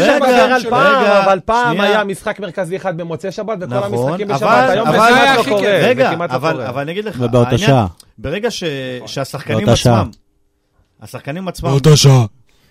אבל פעם היה משחק מרכזי אחד במוצאי שבת, וכל המשחקים בשבת, היום זה כמעט לא קורה. רגע, אבל אני אגיד לך, ובאותה שעה. ברגע שהשחקנים עצמם, השחקנים עצמם, באותה שעה.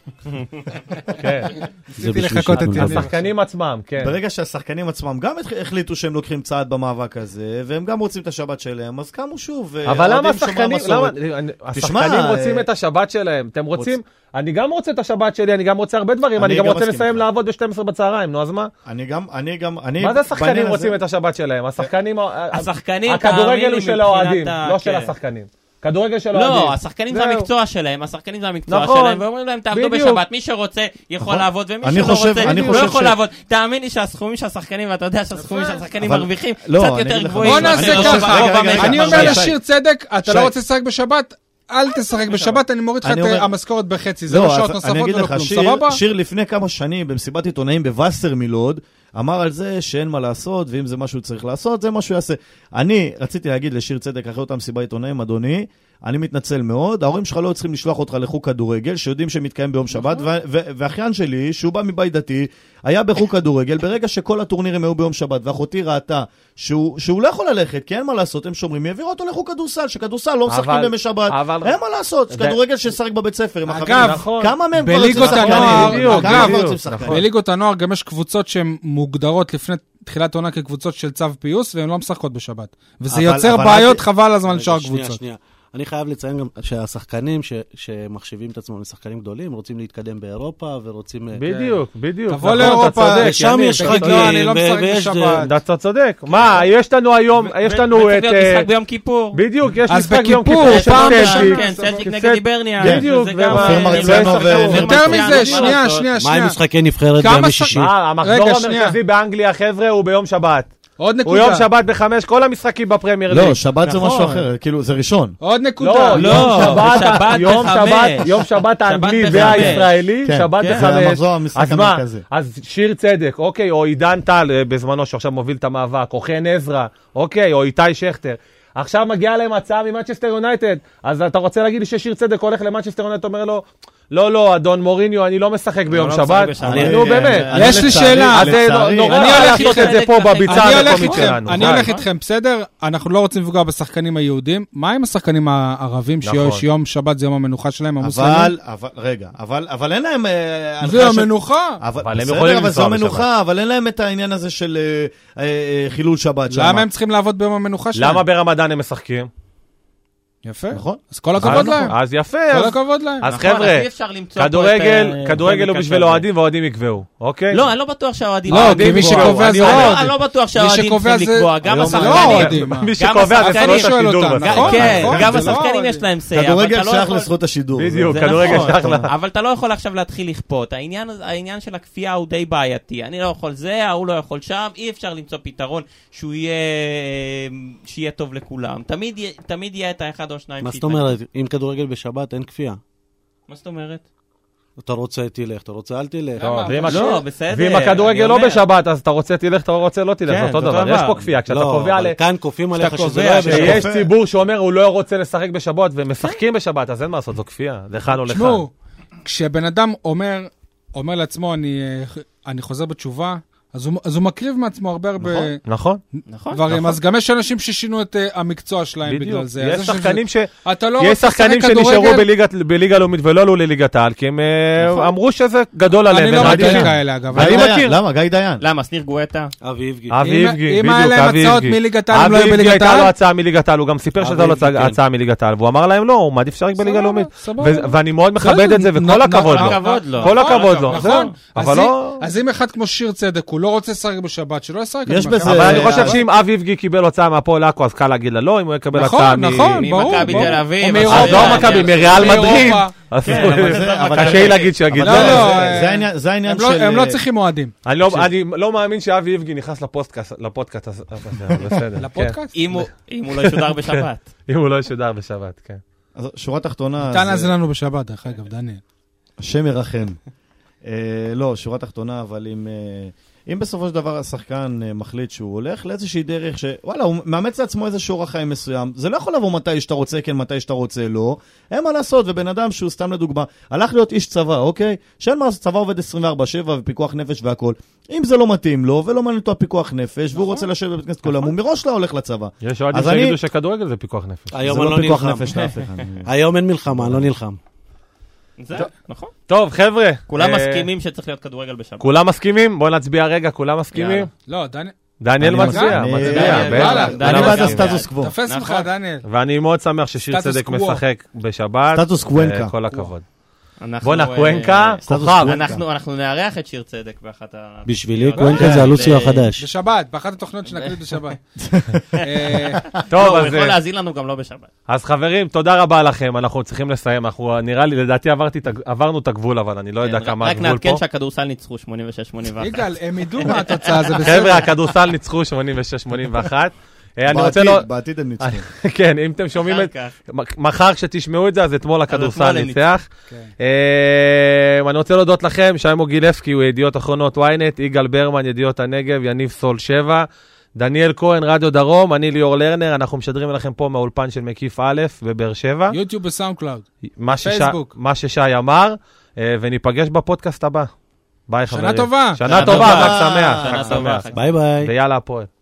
כן. ניסיתי לחכות את זה. השחקנים עצמם, כן. ברגע שהשחקנים עצמם גם החליטו שהם לוקחים צעד במאבק הזה, והם גם רוצים את השבת שלהם, אז קמו שוב. אבל למה השחקנים, השחקנים רוצים את השבת שלהם? אתם רוצים, אני גם רוצה את השבת שלי, אני גם רוצה הרבה דברים, אני גם רוצה לסיים לעבוד ב-שתים עשרה בצהריים, נו אז מה? אני גם, אני גם, אני... מה זה השחקנים רוצים את השבת שלהם? השחקנים, השחקנים, הכדורגל הוא של האוהדים, לא של השחקנים. כדורגל של האוהדים. לא, השחקנים זה המקצוע שלהם, השחקנים זה המקצוע שלהם, ואומרים להם, תעבדו בשבת, מי שרוצה יכול לעבוד, ומי שלא רוצה לא יכול לעבוד. תאמין לי שהסכומים שהשחקנים, ואתה יודע שהסכומים שהשחקנים מרוויחים, קצת יותר גבוהים. בוא נעשה ככה, אני אומר לשיר צדק, אתה לא רוצה לשחק בשבת, אל תשחק בשבת, אני מוריד לך את המשכורת בחצי, זה לא שעות נוספות ולא כלום, סבבה? שיר לפני כמה שנים, במסיבת עיתונאים בווסר מלוד, אמר על זה שאין מה לעשות, ואם זה משהו צריך לעשות, זה מה שהוא יעשה. אני רציתי להגיד לשיר צדק, אחרי אותם סיבה עיתונאים, אדוני, אני מתנצל מאוד, ההורים שלך לא צריכים לשלוח אותך לחוג כדורגל, שיודעים שמתקיים ביום שבת, ואחיין שלי, שהוא בא מבית דתי, היה בחוג כדורגל, ברגע שכל הטורנירים היו ביום שבת, ואחותי ראתה שהוא לא יכול ללכת, כי אין מה לעשות, הם שומרים, יעבירו אותו לחוג כדורסל, שכדורסל לא משחקים בימי שבת, אין מה לעשות, כדורגל ששחק בבית ספר, אגב, כמה מהם כבר רוצים שחקנים? בליגות הנוער גם יש קבוצות שהן מוגדרות לפני תחילת עונה כקבוצות של צו פיוס, והן לא משחקות בשבת. וזה יוצר בעיות חבל הזמן לשאר קבוצות. אני חייב לציין גם שהשחקנים ש, שמחשיבים את עצמם לשחקנים גדולים, רוצים להתקדם באירופה ורוצים... בדיוק, בדיוק. תבוא לאירופה, ושם יש חגים, אני לא משחק בשבת. אתה צודק. מה, יש לנו היום, יש לנו את... משחק ביום כיפור. בדיוק, יש משחק ביום כיפור. אז בכיפור, פעם בשם, כן, סלטיק נגד היברניה. בדיוק. יותר מזה, שנייה, שנייה, מה עם משחקי נבחרת ביום שישי? המחזור המרכזי באנגליה, חבר'ה, הוא ביום שבת. עוד נקודה. הוא יום שבת בחמש, כל המשחקים בפרמייר ליג. לא, שבת זה משהו אחר, כאילו, זה ראשון. עוד נקודה. לא, יום שבת, יום שבת האנגלי והישראלי, שבת בחמש. אז מה? אז שיר צדק, אוקיי, או עידן טל בזמנו, שעכשיו מוביל את המאבק, או חן עזרא, אוקיי, או איתי שכטר. עכשיו מגיעה להם הצעה ממנצ'סטר יונייטד, אז אתה רוצה להגיד לי ששיר צדק הולך למנצ'סטר יונייטד, אומר לו, לא, לא, אדון מוריניו, אני לא משחק ביום שבת. נו, באמת. יש לי שאלה. אז נורא לעשות את זה פה בביצה המקומית שלנו. אני הולך איתכם, בסדר? אנחנו לא רוצים לפגוע בשחקנים היהודים. מה עם השחקנים הערבים, שיום שבת זה יום המנוחה שלהם, המוסלמים? אבל, רגע, אבל אין להם... זה המנוחה. בסדר, אבל זה המנוחה, אבל אין להם את העניין הזה של חילול שבת. למה הם צריכים לעבוד ביום המנוחה שלהם? למה ברמדאן הם משחקים? יפה. נכון. אז כל הכבוד להם. אז יפה. כל הכבוד להם. אז חבר'ה, כדורגל, כדורגל הוא בשביל אוהדים ואוהדים יקבעו, אוקיי? לא, אני לא בטוח שהאוהדים... לא, כי מי שקובע זה אוהד. אני לא בטוח שהאוהדים צריכים לקבוע. גם השחקנים... מי שקובע זה זכויות השידור. כן, גם השחקנים יש להם סייע. כדורגל שייך לזכות השידור. בדיוק, כדורגל שייך לה. אבל אתה לא יכול עכשיו להתחיל לכפות. העניין של הכפייה הוא די בעייתי. אני לא יכול זה, ההוא לא יכול שם. אי אפשר למצוא פתרון שהוא יהיה טוב לכולם. תמיד יהיה את האחד או שניים. מה זאת אומרת? אם כדורגל בשבת אין כפייה. מה זאת אומרת? אתה רוצה תלך, אתה רוצה אל תלך. לא, בסדר. ואם הכדורגל לא בשבת, אז אתה רוצה תלך, אתה רוצה לא תלך. אותו דבר, יש פה כפייה. כשאתה קובע... לא, כאן כופים עליך שזה לא... שיש ציבור שאומר הוא לא רוצה לשחק בשבת, ומשחקים בשבת, אז אין מה לעשות, זו כפייה. לכאן או לכאן. תשמעו, כשבן אדם אומר, אומר לעצמו, אני חוזר בתשובה, אז הוא, אז הוא מקריב מעצמו הרבה הרבה נכון, נכון, דברים. נכון. אז גם יש אנשים ששינו את uh, המקצוע שלהם בדיוק. בגלל זה. יש שחקנים ש... אתה לא יש שחקנים שנשארו בליגה לאומית ולא עלו לליגת העל, כי הם נכון. אמרו שזה גדול עליהם. אני לא מכיר כאלה, אגב. אני מכיר. למה? גיא דיין. למה? סניר גואטה? אבי איבגי. אבי איבגי, אם היה להם הצעות מליגת העל, הם לא היו בליגת העל? הייתה לו הצעה מליגת העל, הוא גם סיפר שזה לא הצעה מליגת העל, והוא אמר להם לא, הוא מעדיף שרק בליגה לאומית. ואני מאוד מכבד את זה, וכל הכבוד לו. כל הכבוד לו. אז אם אחד כמו שיר צדק, הוא לא רוצה לשחק בשבת, שלא ישחק. אבל אני חושב שאם אבי איבגי קיבל הצעה מהפועל עכו, אז קל להגיד לה לא, אם הוא יקבל הצעה ממכבי תל אביב, אז לא מכבי, מריאל מדריד. קשה לי להגיד שיגיד לא. זה העניין של... הם לא צריכים אוהדים. אני לא מאמין שאבי איבגי נכנס לפודקאסט. לפודקאסט? אם הוא לא ישודר בשבת. אם הוא לא ישודר בשבת, כן. אז שורה תחתונה... ניתן להזין לנו בשבת, דרך אגב, דניאל. השם ירחם. לא, שורה תחתונה, אבל אם... אם בסופו של דבר השחקן מחליט שהוא הולך לאיזושהי דרך שוואלה, הוא מאמץ לעצמו איזשהו אורח חיים מסוים, זה לא יכול לבוא מתי שאתה רוצה כן, מתי שאתה רוצה לא, אין מה לעשות, ובן אדם שהוא סתם לדוגמה, הלך להיות איש צבא, אוקיי? שאין מה, צבא עובד עשרים וארבע שבע ופיקוח נפש והכל. אם זה לא מתאים לו, ולא מעניין אותו הפיקוח נפש, והוא רוצה לשבת בבית כנסת כל יום, הוא מראש לא הולך לצבא. יש אוהדים שיגידו שכדורגל זה פיקוח נפש. היום אין מלחמה, אני לא נלחם. נכון. טוב, חבר'ה. כולם מסכימים שצריך להיות כדורגל בשבת. כולם מסכימים? בואו נצביע רגע, כולם מסכימים? לא, דניאל. דניאל מצביע, מצביע. אני בעד הסטטוס קוו. תפס ממך, דניאל. ואני מאוד שמח ששיר צדק משחק בשבת. סטטוס קוונקה. כל הכבוד. בואנה, קוונקה, כוכב. אנחנו נארח את שיר צדק באחת ה... בשבילי קוונקה זה הלוציו החדש. בשבת, באחת התוכניות שנקליט בשבת. טוב, הוא יכול להזין לנו גם לא בשבת. אז חברים, תודה רבה לכם, אנחנו צריכים לסיים. נראה לי, לדעתי עברנו את הגבול, אבל אני לא יודע כמה הגבול פה. רק נעדכן שהכדורסל ניצחו שמונים ושש שמונים ואחת. יגאל, הם ידעו מה התוצאה, זה בסדר. חבר'ה, הכדורסל ניצחו שמונים ושש שמונים ואחת. בעתיד הם ניצחו. כן, אם אתם שומעים את... מחר כשתשמעו את זה, אז אתמול הכדורסל ניצח. אני רוצה להודות לכם, שי מוגילבסקי הוא ידיעות אחרונות ynet, יגאל ברמן ידיעות הנגב, יניב סול שבע, דניאל כהן רדיו דרום, אני ליאור לרנר, אנחנו משדרים לכם פה מהאולפן של מקיף א' בבאר שבע. יוטיוב וסאונד קלאוד. פייסבוק. מה ששי אמר, וניפגש בפודקאסט הבא. ביי חברים. שנה טובה. שנה טובה, חג שמח. שנה טובה. ביי ביי. ויאללה הפועל.